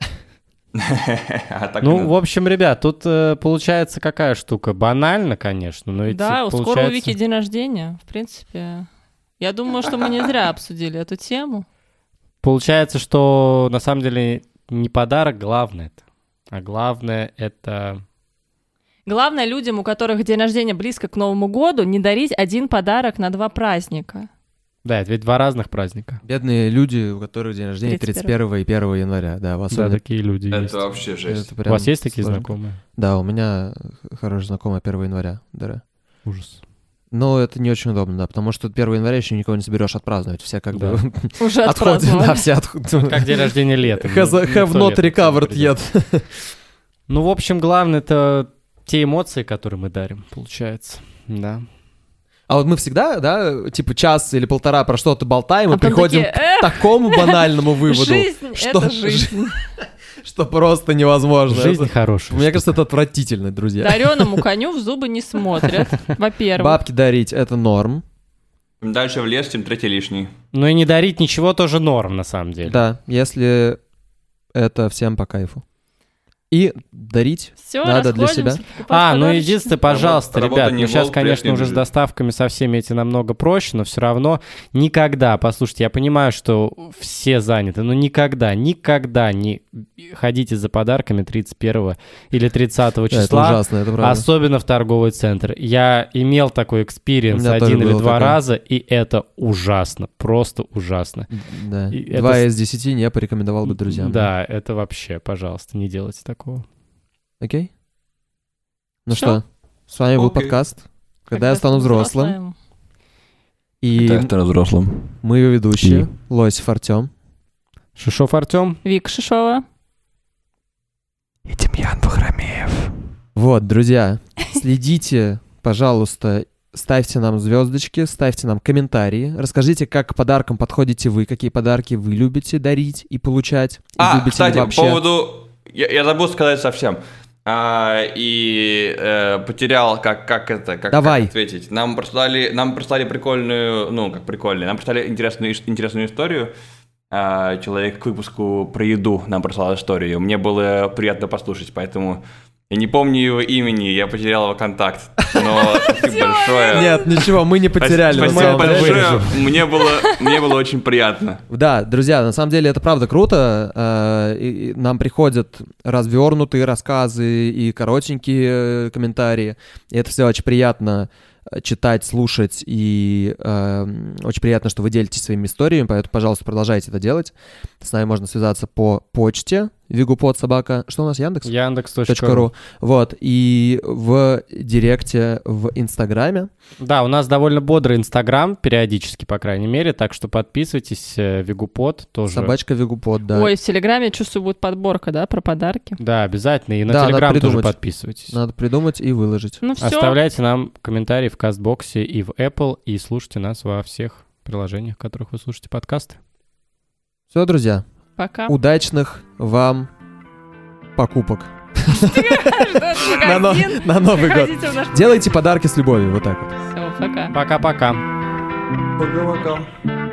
А так Ну, и в общем, ребят, тут э, получается какая штука? Банально, конечно, но ведь Да, у скоро у получается... Вики день рождения, в принципе. Я думаю, что мы не зря обсудили эту тему. Получается, что на самом деле не подарок главное это, а главное это... Главное людям, у которых день рождения близко к Новому году, не дарить один подарок на два праздника. Да, это ведь два разных праздника. Бедные люди, у которых день рождения тридцать первого и первого января. Да, у вас, Да, особенно- такие люди есть. Это вообще жесть. это У прям вас есть такие сложно. знакомые? Да, у меня хороший знакомый первого января. Да. Ужас. Но это не очень удобно, да, потому что первого января еще никого не соберешь отпраздновать. Все как Да. бы Уже отходят. отпраздновали. Да, все отходят. Как день рождения летом. Has, Ну, have никто not летом recovered не придет. yet. Ну, в общем, главное это те эмоции, которые мы дарим, получается. Да. А вот мы всегда, да, типа час или полтора про что-то болтаем А и потом приходим такие, к «Эх, такому банальному выводу, жизнь — что- это жизнь. что просто невозможно. Жизнь Это- хорошая. Мне кажется, это отвратительно, друзья. Дареному коню в зубы не смотрят, во-первых. Бабки дарить — это норм. Чем дальше в лес, тем третий лишний. Ну и не дарить ничего тоже норм, на самом деле. Да, если это всем по кайфу. И дарить Все, надо для себя. А, ну единственное, пожалуйста, Работа ребят, не ну сейчас, волк, конечно, прежний уже с бежит. доставками со всеми эти намного проще, но все равно никогда, послушайте, я понимаю, что все заняты, но никогда, никогда не ходите за подарками тридцать первого или тридцатого Да, это числа, ужасно, это правда. особенно в торговый центр. Я имел такой экспириенс У меня тоже один или было два такое. раза, и это ужасно, просто ужасно. Да. И Два это- из десяти не порекомендовал бы друзьям. Да, это вообще, пожалуйста, не делайте такого. Окей? Ну Всё. что, с вами был Окей. подкаст «Когда я стану взрослым». И взрослым. мы его ведущие, И? Лосев Артем. Шишов Артем. Вика Шишова. И Демьян Бахрамеев. Вот, друзья, следите, пожалуйста, ставьте нам звездочки, ставьте нам комментарии, расскажите, как к подаркам подходите вы, какие подарки вы любите дарить и получать. И А, любите ли кстати, вообще. по поводу... Я, я забыл сказать совсем. А, и э, потерял, как, как это, как, Давай. как ответить. Нам прислали, нам прислали прикольную, ну, как прикольную, нам прислали интересную, ис- интересную историю. А, человек к выпуску про еду нам прислал историю. Мне было приятно послушать, поэтому я не помню его имени, я потерял его контакт. Но спасибо большое. Нет, ничего, мы не потеряли. на Спасибо самом деле. большое. Мне было, мне было очень приятно. Да, друзья, на самом деле это правда круто. Э, и- и Нам приходят развернутые рассказы и коротенькие э, комментарии. И это все очень приятно э, читать, слушать. И э, очень приятно, что вы делитесь своими историями. Поэтому, пожалуйста, продолжайте это делать. С нами можно связаться по почте Вигупод собака. Что у нас, Яндекс? Яндекс точка точка ру. ру. Вот. И в директе в Инстаграме. Да, у нас довольно бодрый Инстаграм, периодически, по крайней мере, так что подписывайтесь, э, Вигупод тоже. Собачка Вигупод, да. Ой, в Телеграме, чувствую, будет подборка, да, про подарки. Да, обязательно. И на Да, надо Телеграм тоже придумать. подписывайтесь. Надо придумать и выложить. Ну все, Оставляйте нам комментарии в Кастбоксе и в Apple, и слушайте нас во всех приложениях, в которых вы слушаете подкасты. Все, друзья. пока. Удачных вам покупок на, но- Магазин. на Новый год. Приходите в наш- Делайте подарки с любовью, вот так вот. Всё, пока. Пока-пока. Пока-пока.